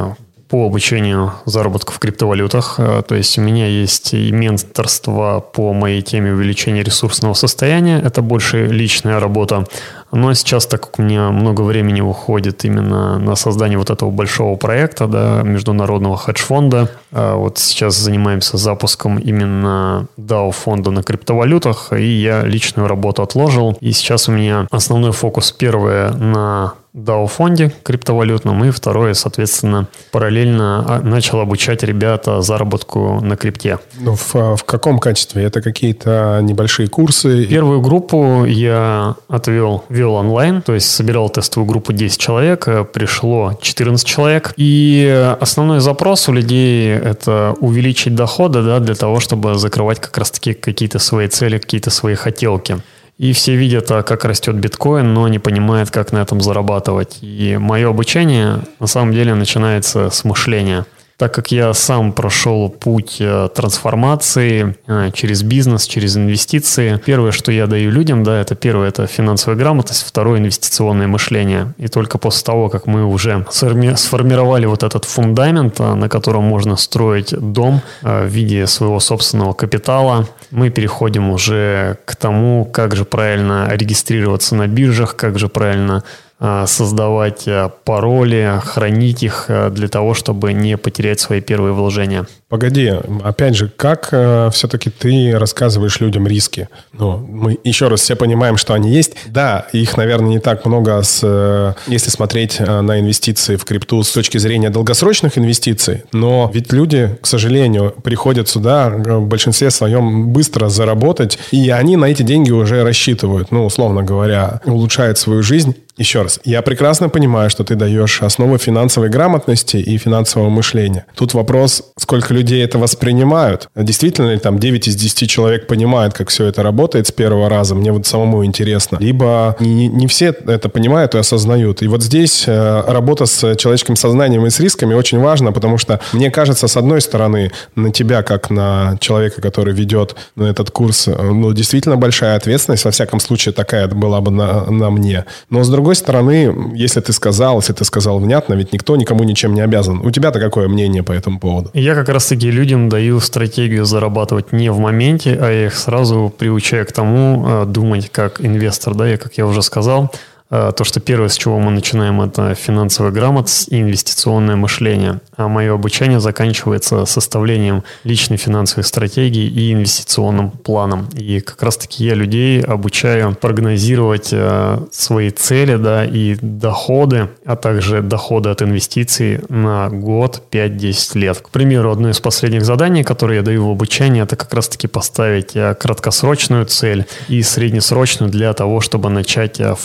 по обучению заработку в криптовалютах. То есть у меня есть и менторство по моей теме увеличения ресурсного состояния. Это больше личная работа. Но сейчас, так как у меня много времени уходит именно на создание вот этого большого проекта, да, международного хедж-фонда, вот сейчас занимаемся запуском именно дао-фонда на криптовалютах, и я личную работу отложил. И сейчас у меня основной фокус первое на дао-фонде криптовалютном, и второе, соответственно, параллельно начал обучать ребята заработку на крипте. Ну, в, в каком качестве? Это какие-то небольшие курсы? Первую группу я отвел, вел онлайн, то есть собирал тестовую группу десять человек, пришло четырнадцать человек, и основной запрос у людей – это увеличить доходы, да, для того, чтобы закрывать как раз-таки какие-то свои цели, какие-то свои хотелки. И все видят, как растет биткоин, но не понимают, как на этом зарабатывать. И мое обучение на самом деле начинается с мышления. Так как я сам прошел путь трансформации через бизнес, через инвестиции, первое, что я даю людям, да, это первое, это финансовая грамотность, второе, инвестиционное мышление. И только после того, как мы уже сформировали вот этот фундамент, на котором можно строить дом в виде своего собственного капитала, мы переходим уже к тому, как же правильно регистрироваться на биржах, как же правильно создавать пароли, хранить их для того, чтобы не потерять свои первые вложения. Погоди, опять же, как э, все-таки ты рассказываешь людям риски? Ну, мы еще раз все понимаем, что они есть. Да, их, наверное, не так много, с, э, если смотреть э, на инвестиции в крипту с точки зрения долгосрочных инвестиций. Но ведь люди, к сожалению, приходят сюда в большинстве своем быстро заработать, и они на эти деньги уже рассчитывают, ну, условно говоря, улучшают свою жизнь. Еще раз, я прекрасно понимаю, что ты даешь основу финансовой грамотности и финансового мышления. Тут вопрос, сколько людей это воспринимают. Действительно ли там девять из десяти человек понимают, как все это работает с первого раза? Мне вот самому интересно. Либо не, не все это понимают и осознают. И вот здесь э, работа с человеческим сознанием и с рисками очень важна, потому что, мне кажется, с одной стороны, на тебя, как на человека, который ведет ну, этот курс, ну, действительно большая ответственность. Во всяком случае, такая была бы на, на мне. Но с другой С другой стороны, если ты сказал, если ты сказал внятно, ведь никто никому ничем не обязан. У тебя-то какое мнение по этому поводу? Я как раз-таки людям даю стратегию зарабатывать не в моменте, а я их сразу приучаю к тому, думать как инвестор. Да, и, как я уже сказал, то, что первое, с чего мы начинаем, это финансовая грамотность и инвестиционное мышление. А мое обучение заканчивается составлением личной финансовой стратегии и инвестиционным планом. И как раз-таки я людей обучаю прогнозировать свои цели, да, и доходы, а также доходы от инвестиций на год, пять-десять лет. К примеру, одно из последних заданий, которые я даю в обучении, это как раз-таки поставить краткосрочную цель и среднесрочную для того, чтобы начать формировать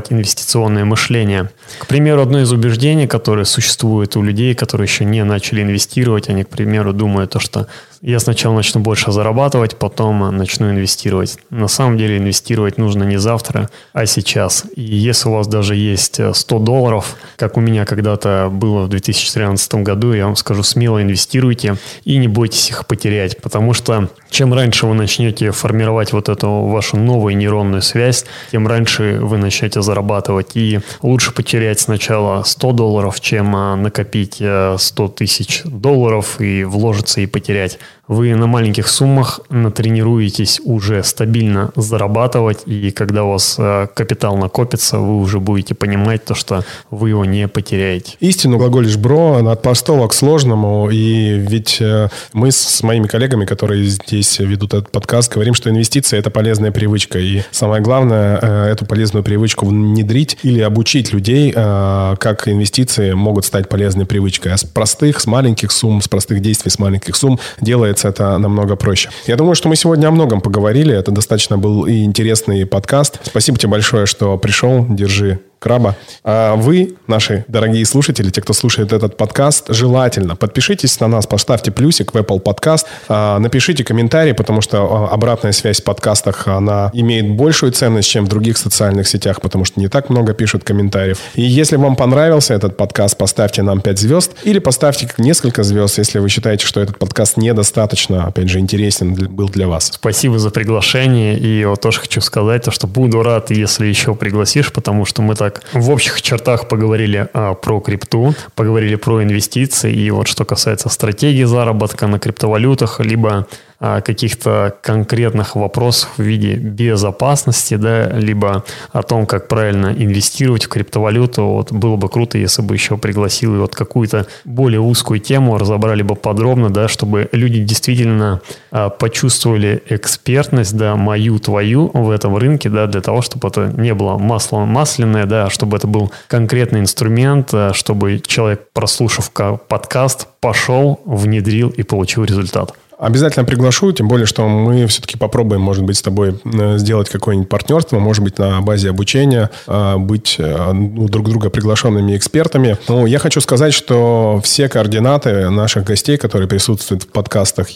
формировать инвестиционное мышление. К примеру, одно из убеждений, которое существует у людей, которые еще не начали инвестировать, они, к примеру, думают, то, что я сначала начну больше зарабатывать, потом начну инвестировать. На самом деле инвестировать нужно не завтра, а сейчас. И если у вас даже есть сто долларов, как у меня когда-то было в две тысячи тринадцатом году, я вам скажу, смело инвестируйте и не бойтесь их потерять, потому что чем раньше вы начнете формировать вот эту вашу новую нейронную связь, тем раньше вы начнете зарабатывать. И лучше потерять сначала сто долларов, чем накопить сто тысяч долларов и вложиться и потерять. Вы на маленьких суммах натренируетесь уже стабильно зарабатывать, и когда у вас капитал накопится, вы уже будете понимать то, что вы его не потеряете. Истину глаголишь, бро, от простого к сложному, и ведь мы с моими коллегами, которые здесь ведут этот подкаст, говорим, что инвестиции – это полезная привычка, и самое главное, эту полезную привычку внедрить или обучить людей, как инвестиции могут стать полезной привычкой. А с простых, с маленьких сумм, с простых действий, с маленьких сумм делается это намного проще. Я думаю, что мы сегодня о многом поговорили. Это достаточно был и интересный подкаст. Спасибо тебе большое, что пришел. Держи краба. А вы, наши дорогие слушатели, те, кто слушает этот подкаст, желательно подпишитесь на нас, поставьте плюсик в Apple Podcast, напишите комментарий, потому что обратная связь в подкастах, она имеет большую ценность, чем в других социальных сетях, потому что не так много пишут комментариев. И если вам понравился этот подкаст, поставьте нам пять звезд или поставьте несколько звезд, если вы считаете, что этот подкаст недостаточно, опять же, интересен был для вас. Спасибо за приглашение. И вот тоже хочу сказать, что буду рад, если еще пригласишь, потому что мы так в общих чертах поговорили а, про крипту, поговорили про инвестиции. И вот что касается стратегии заработка на криптовалютах, либо а, каких-то конкретных вопросов в виде безопасности, да, либо о том, как правильно инвестировать в криптовалюту, вот было бы круто, если бы еще пригласил и вот какую-то более узкую тему, разобрали бы подробно, да, чтобы люди действительно а, почувствовали экспертность, да, мою, твою в этом рынке, да, для того, чтобы это не было масло масляное, да, чтобы это был конкретный инструмент, чтобы человек, прослушав подкаст, пошел, внедрил и получил результат. Обязательно приглашу, тем более, что мы все-таки попробуем, может быть, с тобой сделать какое-нибудь партнерство, может быть, на базе обучения, быть ну, друг друга приглашенными экспертами. Ну, я хочу сказать, что все координаты наших гостей, которые присутствуют в подкастах,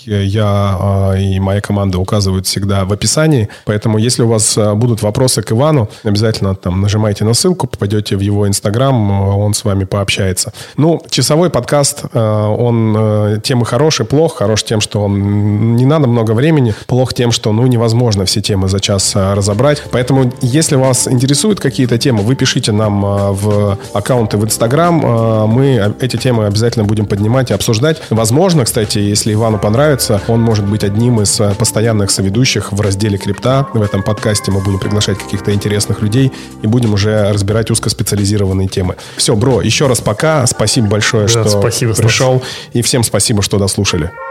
я и моя команда указывают всегда в описании. Поэтому, если у вас будут вопросы к Ивану, обязательно там нажимайте на ссылку, попадете в его Инстаграм, он с вами пообщается. Ну, часовой подкаст, он тем и хорош, и плох. Хорош тем, что он не надо много времени, плохо тем, что ну, невозможно все темы за час разобрать. Поэтому, если вас интересуют какие-то темы, вы пишите нам в аккаунты в Инстаграм. Мы эти темы обязательно будем поднимать и обсуждать. Возможно, кстати, если Ивану понравится, он может быть одним из постоянных соведущих в разделе крипта. В этом подкасте мы будем приглашать каких-то интересных людей и будем уже разбирать узкоспециализированные темы. Все, бро, еще раз пока. Спасибо большое, да, что спасибо, пришел. И всем спасибо, что дослушали.